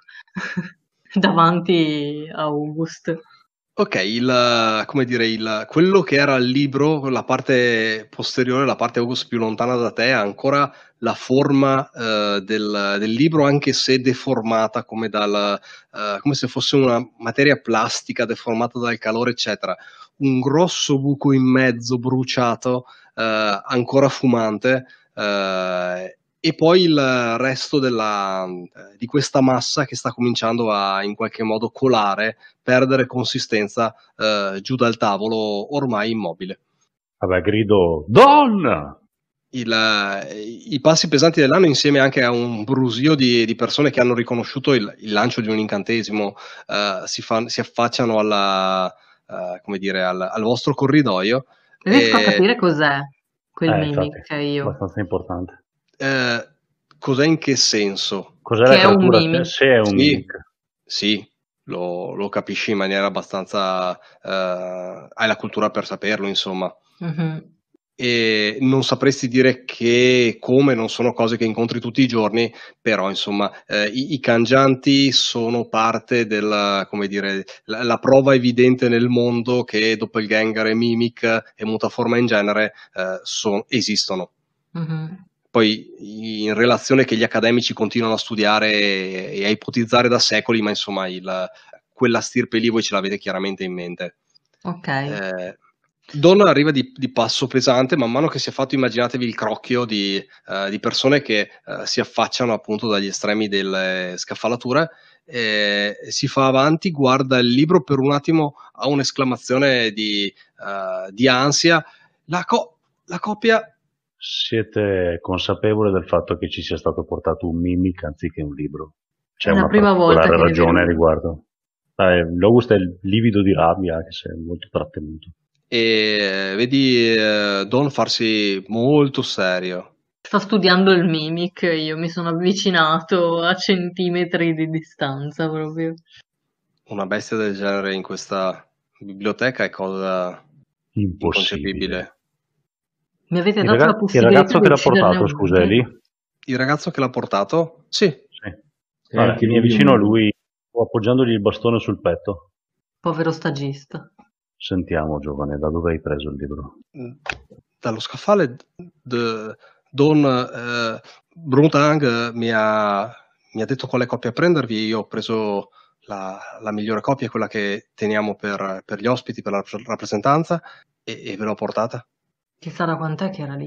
davanti a August. Ok, il, come dire, il, quello che era il libro, la parte posteriore, la parte August più lontana da te, ha ancora la forma eh, del, del libro, anche se deformata come, dal, eh, come se fosse una materia plastica deformata dal calore, eccetera. Un grosso buco in mezzo, bruciato, eh, ancora fumante, eh, e poi il resto della, eh, di questa massa che sta cominciando a in qualche modo colare, perdere consistenza eh, giù dal tavolo ormai immobile. Vabbè, grido, Don! Il, eh, I passi pesanti dell'anno, insieme anche a un brusio di, di persone che hanno riconosciuto il, il lancio di un incantesimo, eh, si, fa, si affacciano alla, eh, come dire, al, al vostro corridoio. Riesco a E, capire cos'è quel Eh, infatti, mimic io. abbastanza importante. eh, cos'è, in che senso? Cos'è Che la è un creatura? Se, mimic. se è un Sì, mimic. sì, lo, lo capisci in maniera abbastanza... eh, hai la cultura per saperlo, insomma. Mhm. E non sapresti dire che, come, non sono cose che incontri tutti i giorni, però insomma eh, i, i cangianti sono parte della, come dire, la, la prova evidente nel mondo che doppelganger e mimic e mutaforma in genere eh, son- esistono. Mhm. Poi in relazione che gli accademici continuano a studiare e, e a ipotizzare da secoli, ma insomma il, quella stirpe lì voi ce l'avete chiaramente in mente. Ok. Eh, Don arriva di, di passo pesante, man mano che si è fatto, immaginatevi il crocchio di, eh, di persone che eh, si affacciano appunto dagli estremi delle scaffalature, eh, si fa avanti, guarda il libro per un attimo, ha un'esclamazione di, eh, di ansia. La, co- la copia... Siete consapevoli del fatto che ci sia stato portato un mimic anziché un libro? C'è È la una prima volta particolare che ne vedo ragione a uno. riguardo? Eh, L'August è livido di rabbia, anche se è molto trattenuto. E vedi eh, Don farsi molto serio. Sta studiando il mimic, io mi sono avvicinato a centimetri di distanza proprio. Una bestia del genere in questa biblioteca è cosa Impossibile. inconcepibile. Mi avete Il, dato la raga- il possibilità ragazzo di che l'ha ucciderne portato, uno scusa, è anche? lì? Il ragazzo che l'ha portato? Sì. Sì. E Vabbè, anche mi lui avvicino a un... lui, appoggiandogli il bastone sul petto. Povero stagista. Sentiamo, giovane, da dove hai preso il libro? Dallo scaffale d- Don eh, Brutang eh, mi ha, mi ha detto quale copia prendervi. Io ho preso la, la migliore copia, quella che teniamo per, per gli ospiti, per la rappresentanza, e, e ve l'ho portata. Chissà da quant'è che era lì.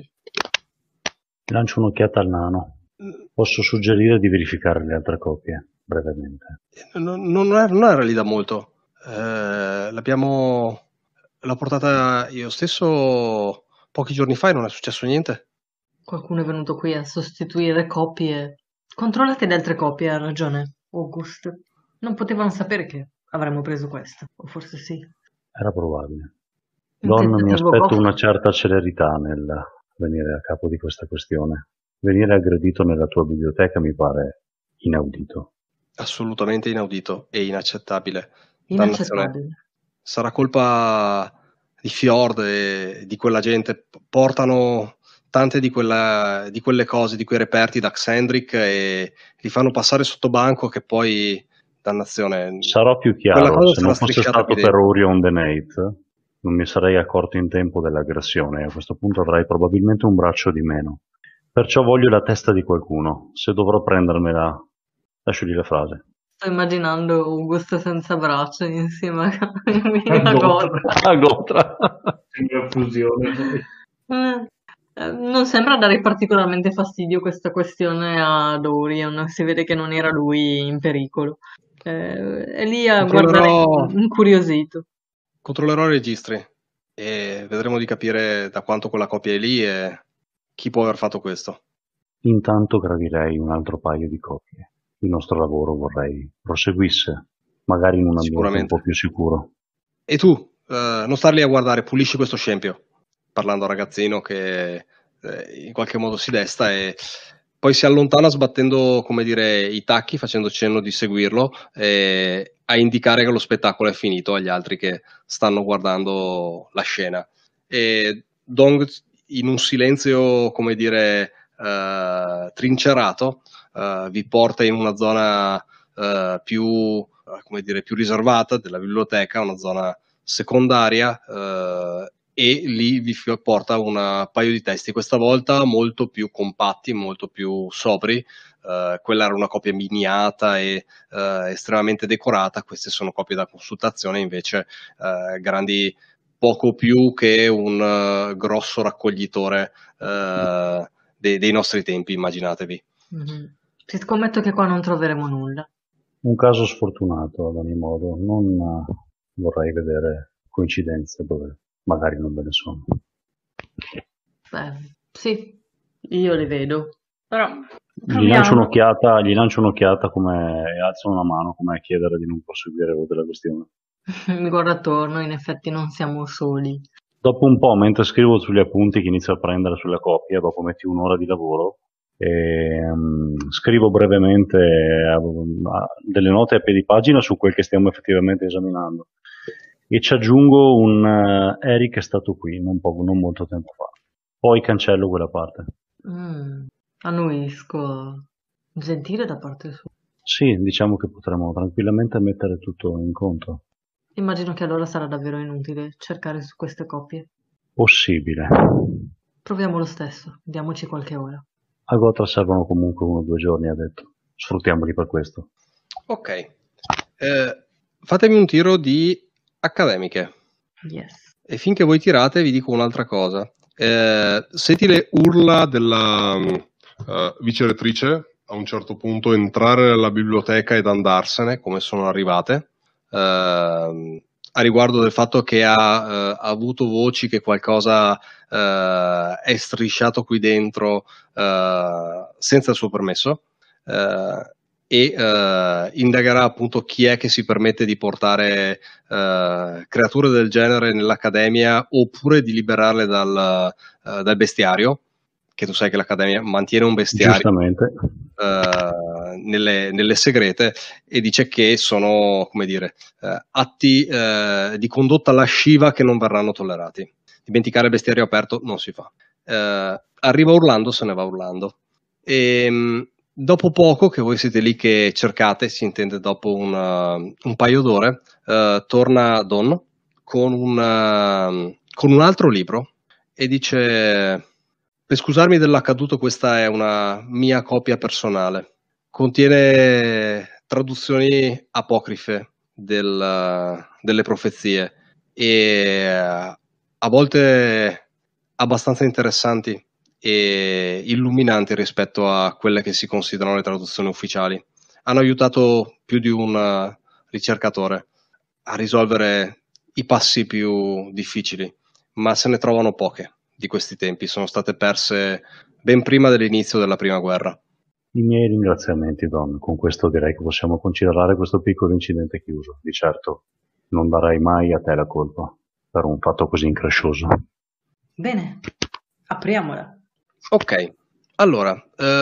Lancio un'occhiata al nano. Posso suggerire di verificare le altre copie, brevemente. Non, non era, non era lì da molto. Eh, l'abbiamo l'ho portata io stesso pochi giorni fa e non è successo niente. Qualcuno è venuto qui a sostituire copie. Controllate le altre copie, ha ragione, August. Non potevano sapere che avremmo preso questa, o forse sì. Era probabile. Un Don, mi tentativo aspetto goffo. una certa celerità nel venire a capo di questa questione. Venire aggredito nella tua biblioteca mi pare inaudito. Assolutamente inaudito e inaccettabile. Dannazione. Inaccettabile. Sarà colpa di Fjord e di quella gente. Portano tante di, quella, di quelle cose, di quei reperti da Xendrick e li fanno passare sotto banco, che poi, dannazione, Sarò più quella chiaro, cosa se sarà non fosse strisciata qui stato per dentro. Orion the Nate, non mi sarei accorto in tempo dell'aggressione e a questo punto avrei probabilmente un braccio di meno. Perciò voglio la testa di qualcuno. Se dovrò prendermela, lasciogli la frase. Sto immaginando August senza braccia insieme a A a Gotra. Gotra. Ah, Gotra! Sembra fusione poi. Eh, eh, Non sembra dare particolarmente fastidio questa questione a Dorian, si vede che non era lui in pericolo. Eh, è lì a guardare Controllerò, incuriosito. controllerò i registri e vedremo di capire da quanto quella coppia è lì e chi può aver fatto questo. Intanto gradirei un altro paio di copie. Il nostro lavoro vorrei proseguisse, magari in un ambiente un po' Sicuramente. più sicuro. E tu, eh, non star lì a guardare, pulisci questo scempio, parlando al ragazzino che eh, in qualche modo si desta e poi si allontana sbattendo, come dire, i tacchi, facendo cenno di seguirlo e a indicare che lo spettacolo è finito agli altri che stanno guardando la scena. E Dong, in un silenzio, come dire, eh, trincerato, eh, vi porta in una zona eh, più, eh, come dire, più riservata della biblioteca, una zona secondaria, eh, e lì vi fi- porta un paio di testi, questa volta molto più compatti, molto più sobri. Uh, quella era una copia miniata e uh, estremamente decorata, queste sono copie da consultazione invece uh, grandi poco più che un uh, grosso raccoglitore uh, dei, dei nostri tempi, immaginatevi. Mhm. Ti scommetto che qua non troveremo nulla. Un caso sfortunato ad ogni modo, non eh, vorrei vedere coincidenze dove magari non ve ne sono. Beh, sì, io le vedo. Però Gli lancio proviamo. un'occhiata, gli lancio un'occhiata come e alzo una mano come a chiedere di non proseguire con della questione. Mi guardo attorno, in effetti non siamo soli. Dopo un po', mentre scrivo sugli appunti che inizio a prendere sulla coppia, dopo metti un'ora di lavoro, e, um, scrivo brevemente eh, delle note a piedi pagina su quel che stiamo effettivamente esaminando e ci aggiungo un uh, Eric è stato qui non, poco, non molto tempo fa. Poi cancello quella parte. Mm, annuisco. Gentile da parte sua. Sì, diciamo che potremmo tranquillamente mettere tutto in conto. Immagino che allora sarà davvero inutile cercare su queste coppie. Possibile. Proviamo lo stesso, diamoci qualche ora. A Gotra servono comunque uno o due giorni, ha detto. Sfruttiamoli per questo. Ok, eh, fatemi un tiro di accademiche. Yes. E finché voi tirate vi dico un'altra cosa. Eh, senti le urla della uh, vice rettrice a un certo punto entrare nella biblioteca ed andarsene come sono arrivate, uh, a riguardo del fatto che ha, uh, avuto voci che qualcosa uh, è strisciato qui dentro uh, senza il suo permesso, uh, e uh, indagherà appunto chi è che si permette di portare uh, creature del genere nell'accademia oppure di liberarle dal, uh, dal bestiario, che tu sai che l'accademia mantiene un bestiario Giustamente. uh, nelle, nelle segrete, e dice che sono, come dire, uh, atti uh, di condotta lasciva che non verranno tollerati. Dimenticare il bestiario aperto non si fa. Uh, arriva urlando, se ne va urlando. E um, dopo poco, che voi siete lì che cercate, si intende dopo una, un paio d'ore, uh, torna Don con, una, con un altro libro e dice: per scusarmi dell'accaduto, questa è una mia copia personale. Contiene traduzioni apocrife del, delle profezie e a volte abbastanza interessanti e illuminanti rispetto a quelle che si considerano le traduzioni ufficiali. Hanno aiutato più di un ricercatore a risolvere i passi più difficili, ma se ne trovano poche di questi tempi, sono state perse ben prima dell'inizio della prima guerra. I miei ringraziamenti, Don. Con questo direi che possiamo considerare questo piccolo incidente chiuso. Di certo non darei mai a te la colpa per un fatto così increscioso. Bene, apriamola. Ok, allora,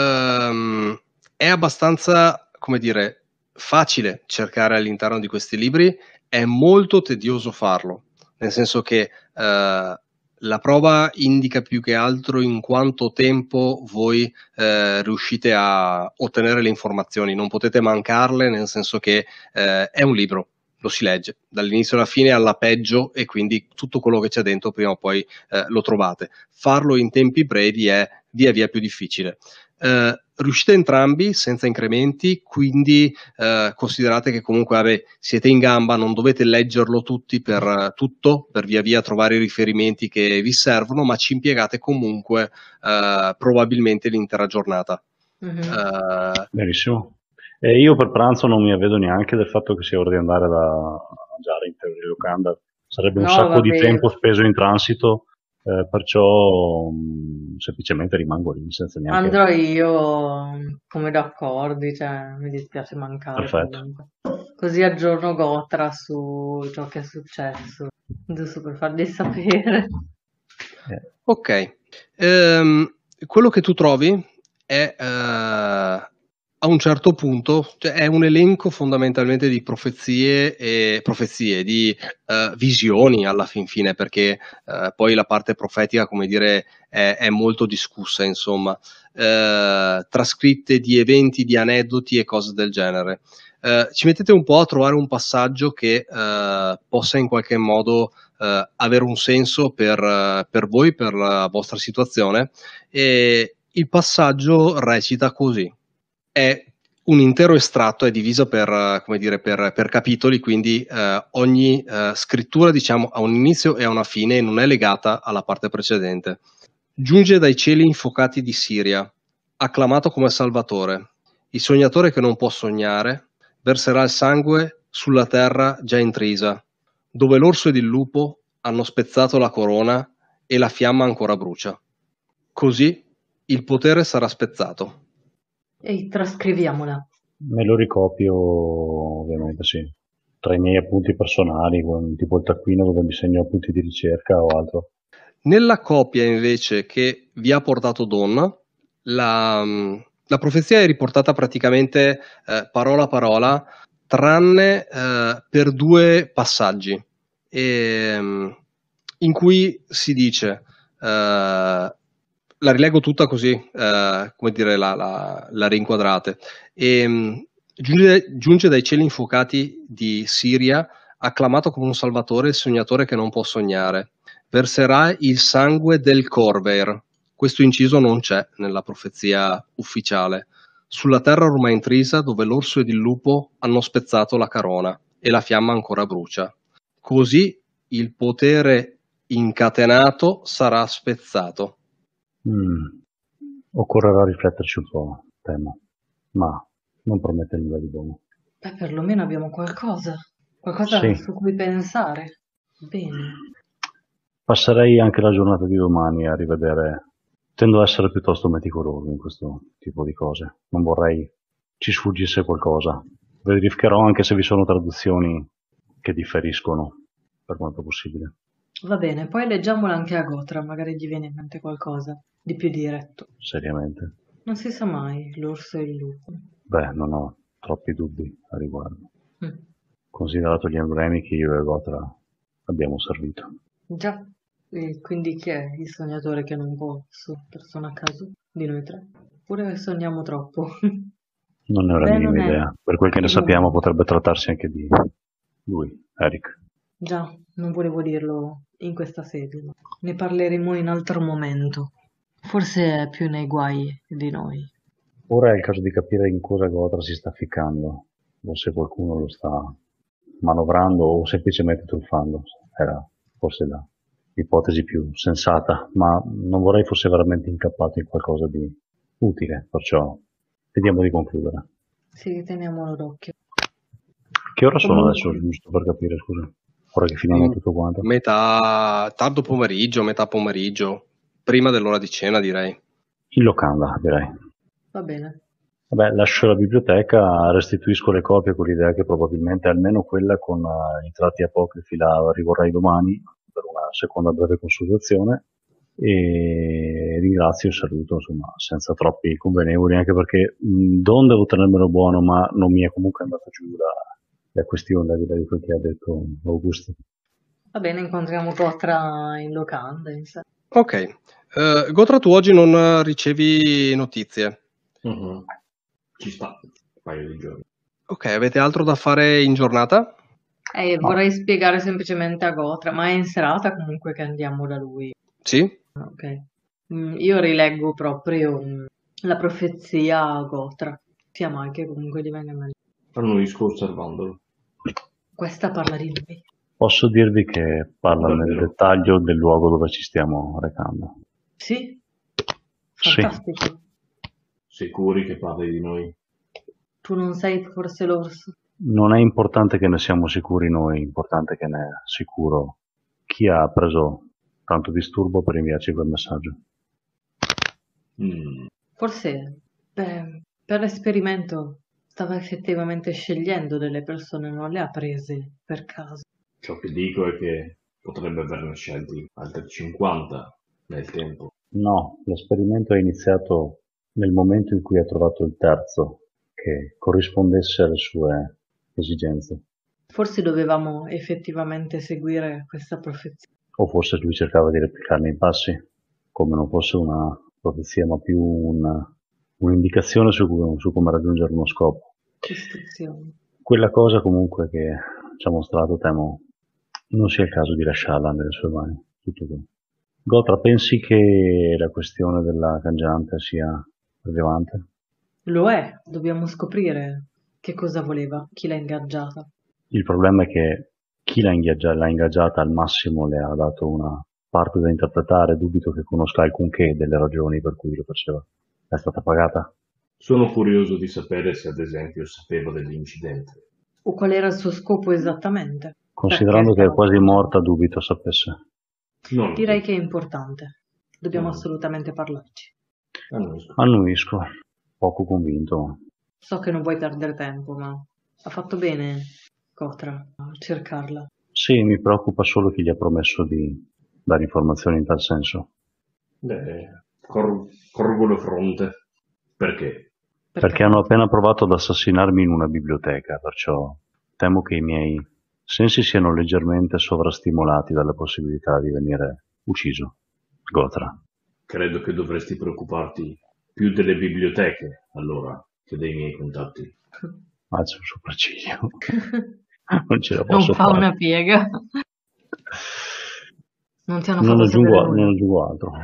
ehm, è abbastanza, come dire, facile cercare all'interno di questi libri, è molto tedioso farlo, nel senso che eh, la prova indica più che altro in quanto tempo voi eh, riuscite a ottenere le informazioni, non potete mancarle, nel senso che eh, è un libro, lo si legge dall'inizio alla fine alla peggio e quindi tutto quello che c'è dentro prima o poi eh, lo trovate. Farlo in tempi brevi è via via più difficile. Eh, riuscite entrambi senza incrementi, quindi eh, considerate che comunque vabbè, siete in gamba, non dovete leggerlo tutti per uh, tutto, per via via trovare i riferimenti che vi servono, ma ci impiegate comunque uh, probabilmente l'intera giornata. Mhm. Uh, Benissimo. E io per pranzo non mi avvedo neanche del fatto che sia ora di andare da, a mangiare in teoria locanda. Sarebbe un No, sacco di vabbè, tempo speso in transito, eh, perciò mh, semplicemente rimango lì senza neanche... andrò io come d'accordi, cioè mi dispiace mancare Perfetto. comunque. Così aggiorno Gotra su ciò che è successo, giusto per fargli sapere. Eh, Ok, Ehm, quello che tu trovi è eh, a un certo punto, cioè è un elenco fondamentalmente di profezie e profezie, di eh, visioni alla fin fine, perché eh, poi la parte profetica, come dire, è, è molto discussa, insomma, eh, trascritte di eventi, di aneddoti e cose del genere. Eh, ci mettete un po' a trovare un passaggio che eh, possa in qualche modo eh, avere un senso per, eh, per voi, per la vostra situazione, e il passaggio recita così. È un intero estratto, è diviso per, eh, come dire, per, per capitoli, quindi eh, ogni eh, scrittura, diciamo, ha un inizio e ha una fine e non è legata alla parte precedente. Giunge dai cieli infocati di Siria, acclamato come Salvatore. Il sognatore che non può sognare verserà il sangue sulla terra già intrisa, dove l'orso ed il lupo hanno spezzato la corona e la fiamma ancora brucia. Così il potere sarà spezzato. E trascriviamola. Me lo ricopio, ovviamente sì, tra i miei appunti personali, con tipo il taccuino dove mi segno appunti di ricerca o altro. Nella copia invece che vi ha portato Don, la, la profezia è riportata praticamente eh, parola a parola, tranne eh, per due passaggi, e, in cui si dice, eh, la rileggo tutta così, eh, come dire, la, la, la rinquadrate, e, giunge, giunge dai cieli infuocati di Siria, acclamato come un salvatore, il sognatore che non può sognare. Verserà il sangue del Corvair. Questo inciso non c'è nella profezia ufficiale. Sulla terra ormai intrisa, dove l'orso ed il lupo hanno spezzato la carona e la fiamma ancora brucia. Così il potere incatenato sarà spezzato. Mm. Occorrerà rifletterci un po', temo, ma non promette nulla di buono. Beh, perlomeno abbiamo qualcosa, qualcosa Sì, su cui pensare. Bene. passerei anche la giornata di domani a rivedere. Tendo ad essere piuttosto meticoloso in questo tipo di cose. Non vorrei ci sfuggisse qualcosa. Verificherò anche se vi sono traduzioni che differiscono, per quanto possibile. Va bene, poi leggiamola anche a Gotra, magari gli viene in mente qualcosa di più diretto. Seriamente. Non si sa mai, l'orso e il lupo. Beh, non ho troppi dubbi a riguardo. Mm. Considerato gli emblemi che io e Gotra abbiamo servito. Già, e quindi chi è il sognatore che non può? Su, persona a caso di noi tre? Oppure sogniamo troppo? Non ne ho la Beh, minima non è idea. Per quel che ne il sappiamo momento. potrebbe trattarsi anche di lui, Eric. Già, non volevo dirlo in questa sede, ma ne parleremo in altro momento. Forse è più nei guai di noi. Ora è il caso di capire in cosa Gotra si sta ficcando, o se qualcuno lo sta manovrando o semplicemente truffando. Era forse la l'ipotesi più sensata, ma non vorrei fosse veramente incappato in qualcosa di utile, perciò vediamo di concludere. Sì, teniamolo d'occhio. Che ora sono adesso, Comunque, giusto per capire, scusa? Ora che finiamo Mm, tutto quanto? Metà tardo pomeriggio, metà pomeriggio, prima dell'ora di cena, direi. In locanda, direi. va bene. Vabbè, lascio la biblioteca, restituisco le copie con l'idea che probabilmente almeno quella con uh, i tratti apocrifi la rivorrei domani per una seconda breve consultazione e ringrazio e saluto, insomma, senza troppi convenevoli, anche perché mh, Don devo tenermelo buono, ma non mi è comunque andata giù la, la questione di quel che ha detto Augusto. Va bene, incontriamo Gotra in locanda, in sé. Ok, eh, Gotra, tu oggi non ricevi notizie. Mhm. Ci sta, un paio di giorni. Ok, avete altro da fare in giornata? Eh, No, vorrei spiegare semplicemente a Gotra, ma è in serata comunque che andiamo da lui. Sì? Ok. Mm, io rileggo proprio mm, la profezia a Gotra. Sia mai che comunque divenga meglio. Annuisco osservandolo. Questa parla di noi. posso dirvi che parla nel Davvero? dettaglio del luogo dove ci stiamo recando. Sì? Sì, Fantastico. Sicuri che parli di noi? Tu non sei forse l'orso? Non è importante che ne siamo sicuri noi, è importante che ne è sicuro chi ha preso tanto disturbo per inviarci quel messaggio. Mm. Forse, beh, per l'esperimento stava effettivamente scegliendo delle persone, non le ha prese per caso. Ciò che dico è che potrebbe averne scelti altri cinquanta nel tempo. No, l'esperimento è iniziato nel momento in cui ha trovato il terzo che corrispondesse alle sue esigenze. Forse dovevamo effettivamente seguire questa profezia. O forse lui cercava di replicarne i passi, come non fosse una profezia ma più una, un'indicazione su, su come raggiungere uno scopo. Istruzioni. Quella cosa comunque che ci ha mostrato temo non sia il caso di lasciarla nelle sue mani. Tutto qui. Gotra, pensi che la questione della cangiante sia rilevante? Lo è, dobbiamo scoprire che cosa voleva, chi l'ha ingaggiata. Il problema è che chi l'ha ingaggiata, l'ha ingaggiata al massimo le ha dato una parte da interpretare, dubito che conosca alcunché delle ragioni per cui lo faceva. È stata pagata? Sono curioso di sapere se ad esempio sapeva dell'incidente. O qual era il suo scopo esattamente. Considerando Perché che è stava quasi facendo- morta, dubito sapesse. Non lo Direi so. che è importante. Dobbiamo Mm. assolutamente parlarci. Annuisco. Annuisco, poco convinto. So che non vuoi perdere tempo, ma ha fatto bene Cotra a cercarla. Sì, mi preoccupa solo chi gli ha promesso di dare informazioni in tal senso. Beh, cor- corgo la fronte. Perché? Perché hanno appena provato ad assassinarmi in una biblioteca, perciò temo che i miei sensi siano leggermente sovrastimolati dalla possibilità di venire ucciso. Gotra. Credo che dovresti preoccuparti più delle biblioteche, allora, che dei miei contatti. Alza un sopracciglio. Non ce la Non posso fa fare. una piega. Non ti hanno Non fatto sapere aggiungo, non nulla. aggiungo altro.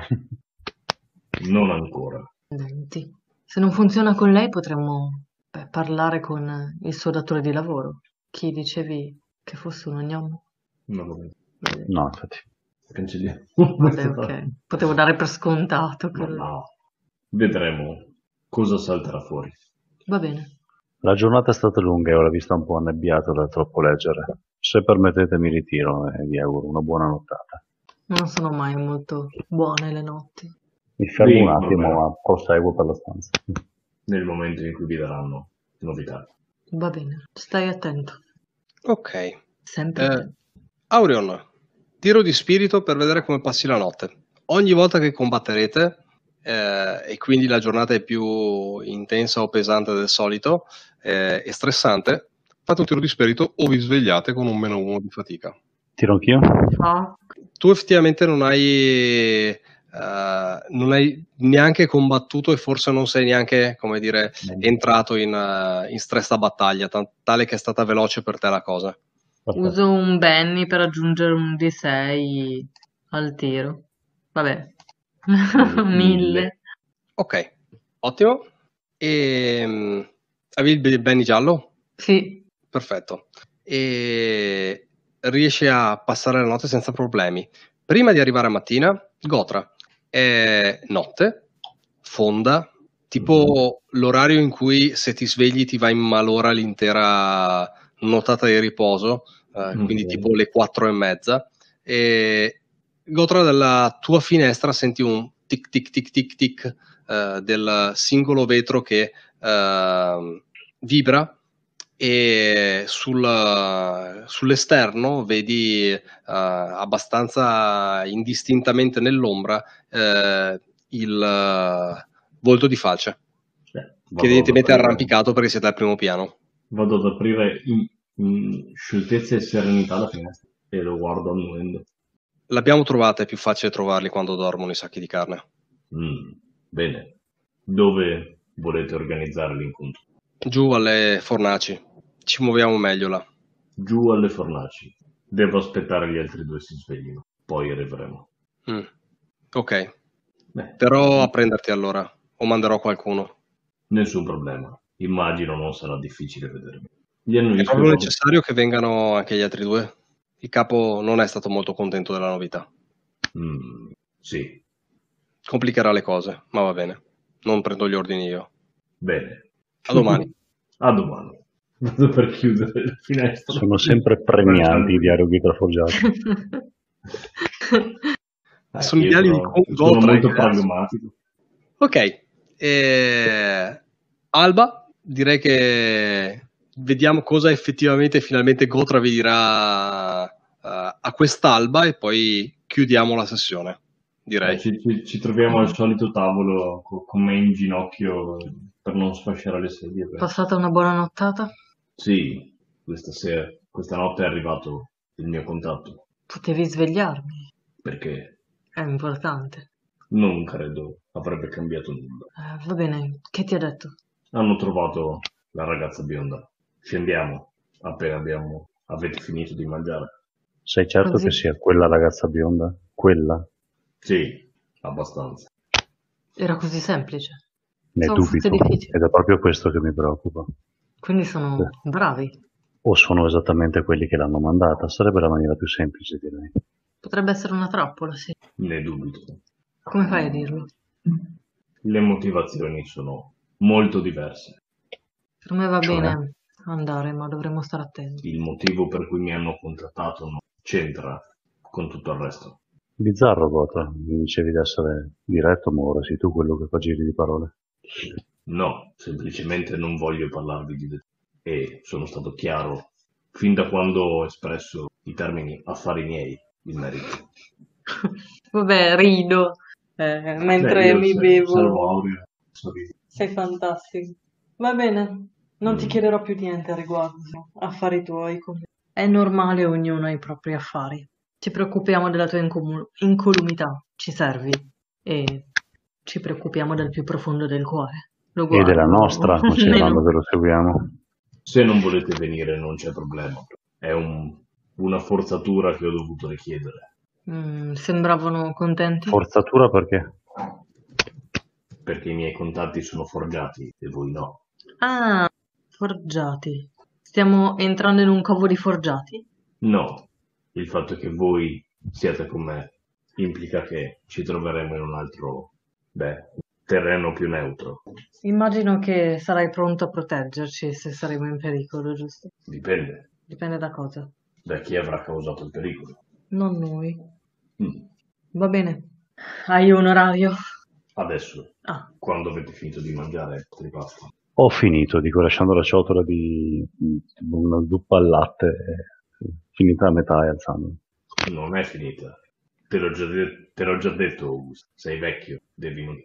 Non ancora. Accidenti. Se non funziona con lei potremmo beh, parlare con il suo datore di lavoro. Chi dicevi che fosse un gnomo? No, vabbè. Vabbè, No, infatti. Cancelliamo. vabbè, ok. Potevo dare per scontato. Ma che- no. Vedremo cosa salterà fuori. Va bene. La giornata è stata lunga e ho la vista un po' annebbiata dal troppo leggere. Se permettete mi ritiro e vi auguro una buona nottata. Non sono mai molto buone le notti. Mi fermo Sì, un attimo, vabbè. ma proseguo per la stanza. Nel momento in cui vi daranno novità. Va bene. Stai attento. Ok. Sempre Eh, attento. Aurion, tiro di spirito per vedere come passi la notte. Ogni volta che combatterete, eh, e quindi la giornata è più intensa o pesante del solito, eh, e stressante, fate un tiro di spirito o vi svegliate con un meno uno di fatica. Tiro anch'io? Fa Tu effettivamente non hai, eh, non hai neanche combattuto e forse non sei neanche, come dire, entrato in, eh, in stress da battaglia, tan- tale che è stata veloce per te la cosa. Perfetto. Uso un Benny per aggiungere un D sei al tiro. Vabbè. Mille. Ok, ottimo. E mm, avevi il Benny giallo? Sì. Perfetto. E riesci a passare la notte senza problemi. Prima di arrivare a mattina, Gotra, è notte, fonda, tipo l'orario in cui se ti svegli ti va in malora l'intera nottata di riposo, eh, quindi Ok. tipo le quattro e mezza. E Gotra, dalla tua finestra senti un tic tic tic tic tic eh, del singolo vetro che eh, vibra, e sul, sull'esterno vedi eh, abbastanza indistintamente nell'ombra eh, il eh, volto di Falce, Eh, che vado ad evidentemente è aprire, arrampicato perché siete al primo piano. vado ad aprire in, in scioltezza e serenità la finestra e lo guardo annuendo. L'abbiamo trovata, è più facile trovarli quando dormono i sacchi di carne. Mm, bene. Dove volete organizzare l'incontro? Giù alle fornaci, ci muoviamo meglio là. Giù alle fornaci. Devo aspettare gli altri due si sveglino. Poi arriveremo. Mm. Ok, Beh, però a prenderti allora, o manderò qualcuno. nessun problema. Immagino non sarà difficile vedermi. Gli È annuisco e proprio vado. necessario che vengano anche gli altri due? Il capo non è stato molto contento della novità. Mm, sì, Complicherà le cose, ma va bene. Non prendo gli ordini io. bene. A domani. A domani. Vado per chiudere la finestra. Sono sempre premianti i dialoghi tra forgiati. Eh, Sono io dialoghi però con sono Gotra, molto eh. pragmatico. Ok, eh, Alba, direi che vediamo cosa effettivamente finalmente Gotra vi dirà uh, a quest'alba e poi chiudiamo la sessione, direi. Eh, ci, ci- ci troviamo al solito tavolo co- con me in ginocchio per non sfasciare le sedie. beh. Passata una buona nottata? Sì, questa sera, questa notte è arrivato il mio contatto, Potevi svegliarmi. perché È importante. non credo avrebbe cambiato nulla. Eh, va bene, che ti ha detto? Hanno trovato la ragazza bionda. Scendiamo appena abbiamo, avete finito di mangiare. Sei certo Così. che sia quella ragazza bionda? Quella? Sì, abbastanza. Era così semplice. Ne Pensavo fosse dubito. difficile. Ed è proprio questo che mi preoccupa. Quindi sono bravi. O sono esattamente quelli che l'hanno mandata? Sarebbe la maniera più semplice, direi. Potrebbe essere una trappola, sì. Ne dubito. Come fai a dirlo? Le motivazioni sono molto diverse. Per me va Cioè? bene andare, ma dovremmo stare attenti. Il motivo per cui mi hanno contattato non c'entra con tutto il resto. Bizzarro, Gotra. Mi dicevi di essere diretto, ma ora sei tu quello che fa giri di parole. No, semplicemente non voglio parlarvi di dettagli. E sono stato chiaro fin da quando ho espresso i termini affari miei in merito. Vabbè, rido eh, mentre Beh, io mi ser- bevo. Servo Aurea, sorrido. Sei fantastico. Va bene, non ti Mm. chiederò più niente a riguardo. Affari tuoi. come- È normale, ognuno ha i propri affari. Ci preoccupiamo della tua incomu- incolumità, ci servi. E ci preoccupiamo del più profondo del cuore. Lo E guardo. della nostra, considerando Nemmeno- che lo seguiamo. Se non volete venire non c'è problema. È un- una forzatura che ho dovuto richiedere. Mm, sembravano contenti. Forzatura perché? Perché i miei contatti sono forgiati e voi no. Ah, forgiati. Stiamo entrando in un covo di forgiati? No, il fatto che voi siate con me implica che ci troveremo in un altro, beh, terreno più neutro. Immagino che sarai pronto a proteggerci se saremo in pericolo, giusto? Dipende Dipende da cosa. da chi avrà causato il pericolo. Non noi. Mm. Va bene. Hai un orario? Adesso, Ah, quando avete finito di mangiare i pasti, Ho finito, dico, lasciando la ciotola di di una zuppa al latte, eh, finita a metà e alzandomi. non è finita. Te l'ho già, de- te l'ho già detto, Augusto. Sei vecchio, devi morire.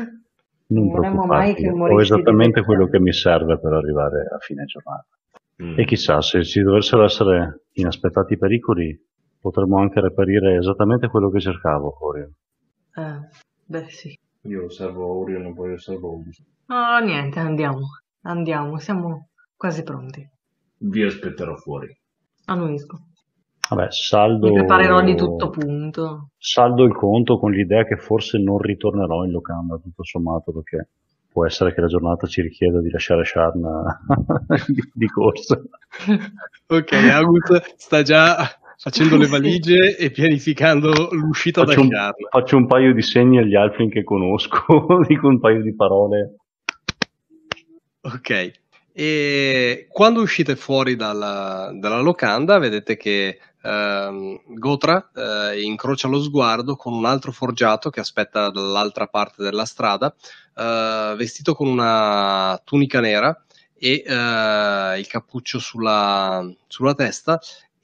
Non vorremmo mai preoccuparti, che ho morissi di esattamente vecchiaia. quello che mi serve per arrivare a fine giornata. Mm. E chissà, se ci dovessero essere inaspettati pericoli, potremmo anche reperire esattamente quello che cercavo, Orion. Eh, beh, sì. Io osservo Orion e poi osservo Augusto. Ah, niente, andiamo. Andiamo, siamo quasi pronti. Vi aspetterò fuori. Annuisco. Vabbè, saldo... Mi preparerò di tutto punto. Saldo il conto con l'idea che forse non ritornerò in locanda, tutto sommato, perché può essere che la giornata ci richieda di lasciare Sharna di, di corsa. Ok, August sta già facendo le Sì. valigie e pianificando l'uscita Faccio da un, Sharn. faccio un paio di segni agli Alfrin che conosco, dico un paio di parole. Ok, e quando uscite fuori dalla, dalla locanda vedete che ehm, Gotra eh, incrocia lo sguardo con un altro forgiato che aspetta dall'altra parte della strada, eh, vestito con una tunica nera e eh, il cappuccio sulla, sulla testa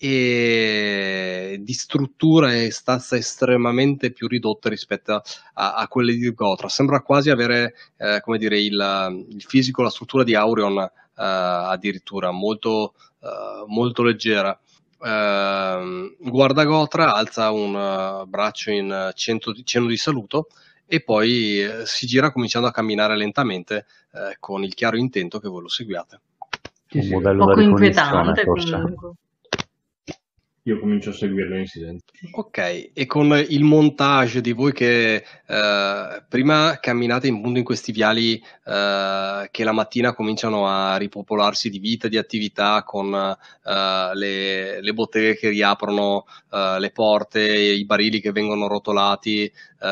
e di struttura e stazza estremamente più ridotte rispetto a, a, a quelle di Gotra. Sembra quasi avere eh, come dire, il, il fisico, la struttura di Aurion eh, addirittura, molto, eh, molto leggera. Eh, guarda Gotra, alza un uh, braccio in cento, cenno di saluto e poi eh, si gira cominciando a camminare lentamente eh, con il chiaro intento che voi lo seguiate. Chi Un si modello da Poco ricognizione, inquietante forse. comunque. Io comincio a seguirlo in silenzio. Ok, e con il montage di voi che eh, prima camminate in punto in questi viali eh, che la mattina cominciano a ripopolarsi di vita, di attività, con eh, le, le botteghe che riaprono eh, le porte, i barili che vengono rotolati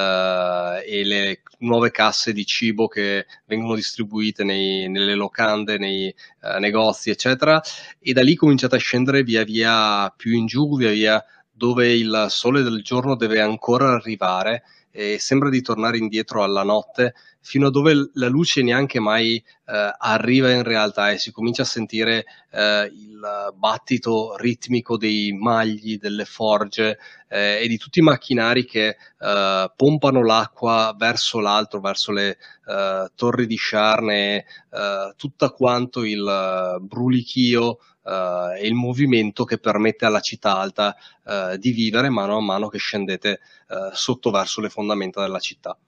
eh, e le nuove casse di cibo che vengono distribuite nei, nelle locande, nei eh, negozi, eccetera, e da lì cominciate a scendere via via più in giù, via via dove il sole del giorno deve ancora arrivare e sembra di tornare indietro alla notte, fino a dove la luce neanche mai eh, arriva in realtà, e si comincia a sentire eh, il battito ritmico dei magli, delle forge eh, e di tutti i macchinari che eh, pompano l'acqua verso l'alto, verso le eh, torri di Sharn, e eh, tutto quanto il uh, brulichio Uh, e il movimento che permette alla città alta uh, di vivere mano a mano che scendete uh, sotto verso le fondamenta della città.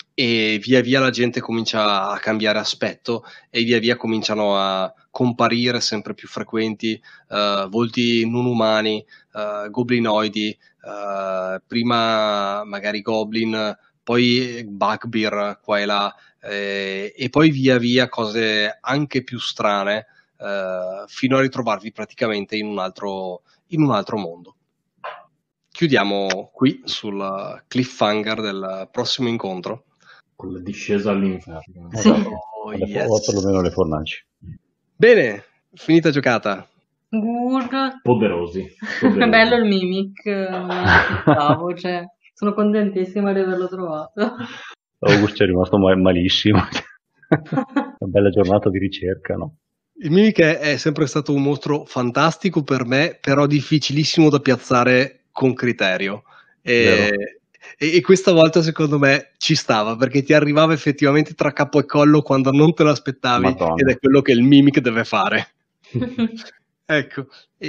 E via via la gente comincia a cambiare aspetto e via via cominciano a comparire sempre più frequenti uh, volti non umani, uh, goblinoidi, uh, prima magari goblin, poi bugbear qua e là, eh, e poi via via cose anche più strane, Uh, fino a ritrovarvi praticamente in un altro in un altro mondo. Chiudiamo qui sul cliffhanger del prossimo incontro con la discesa all'inferno. Sì. Oh, yes. O perlomeno le fornaci. Bene, finita giocata. Good. Poderosi, È poderosi. bello il mimic, non me l'aspettavo, cioè, sono contentissima di averlo trovato. Augusto è rimasto ma- malissimo. Una bella giornata di ricerca, no? Il Mimic è, è sempre stato un mostro fantastico per me, però difficilissimo da piazzare con criterio. E, e, e questa volta secondo me ci stava, perché ti arrivava effettivamente tra capo e collo quando non te l'aspettavi. Madonna. Ed è quello che il Mimic deve fare. Ecco,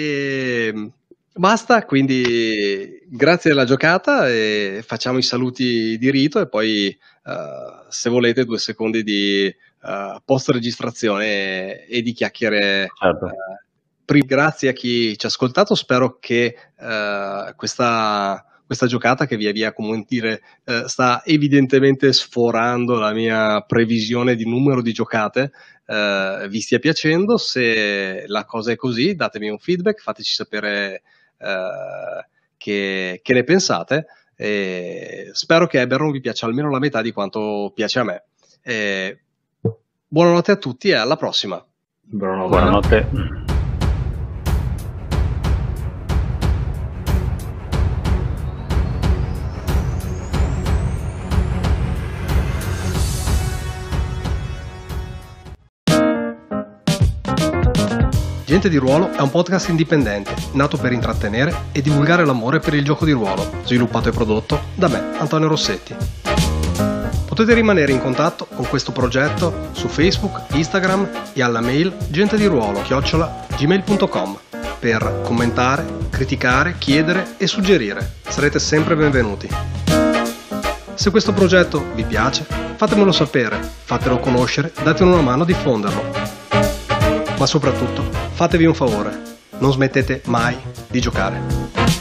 e basta, quindi grazie della giocata e facciamo i saluti di rito e poi uh, se volete due secondi di Uh, post registrazione e, e di chiacchiere. Certo. Uh, pri- grazie a chi ci ha ascoltato, spero che uh, questa, questa giocata, che via via, come dire, uh, sta evidentemente sforando la mia previsione di numero di giocate, uh, vi stia piacendo. Se la cosa è così, datemi un feedback, fateci sapere uh, che, che ne pensate, e spero che Eberron vi piaccia almeno la metà di quanto piace a me. E buonanotte a tutti e alla prossima. Buonanotte. Buonanotte. Gente di Ruolo è un podcast indipendente, nato per intrattenere e divulgare l'amore per il gioco di ruolo, sviluppato e prodotto da me, Antonio Rossetti. Potete rimanere in contatto con questo progetto su Facebook, Instagram e alla mail gentediruolo chiocciola gmail punto com per commentare, criticare, chiedere e suggerire. Sarete sempre benvenuti. Se questo progetto vi piace, fatemelo sapere, fatelo conoscere, datemi una mano a diffonderlo. Ma soprattutto, fatevi un favore, non smettete mai di giocare.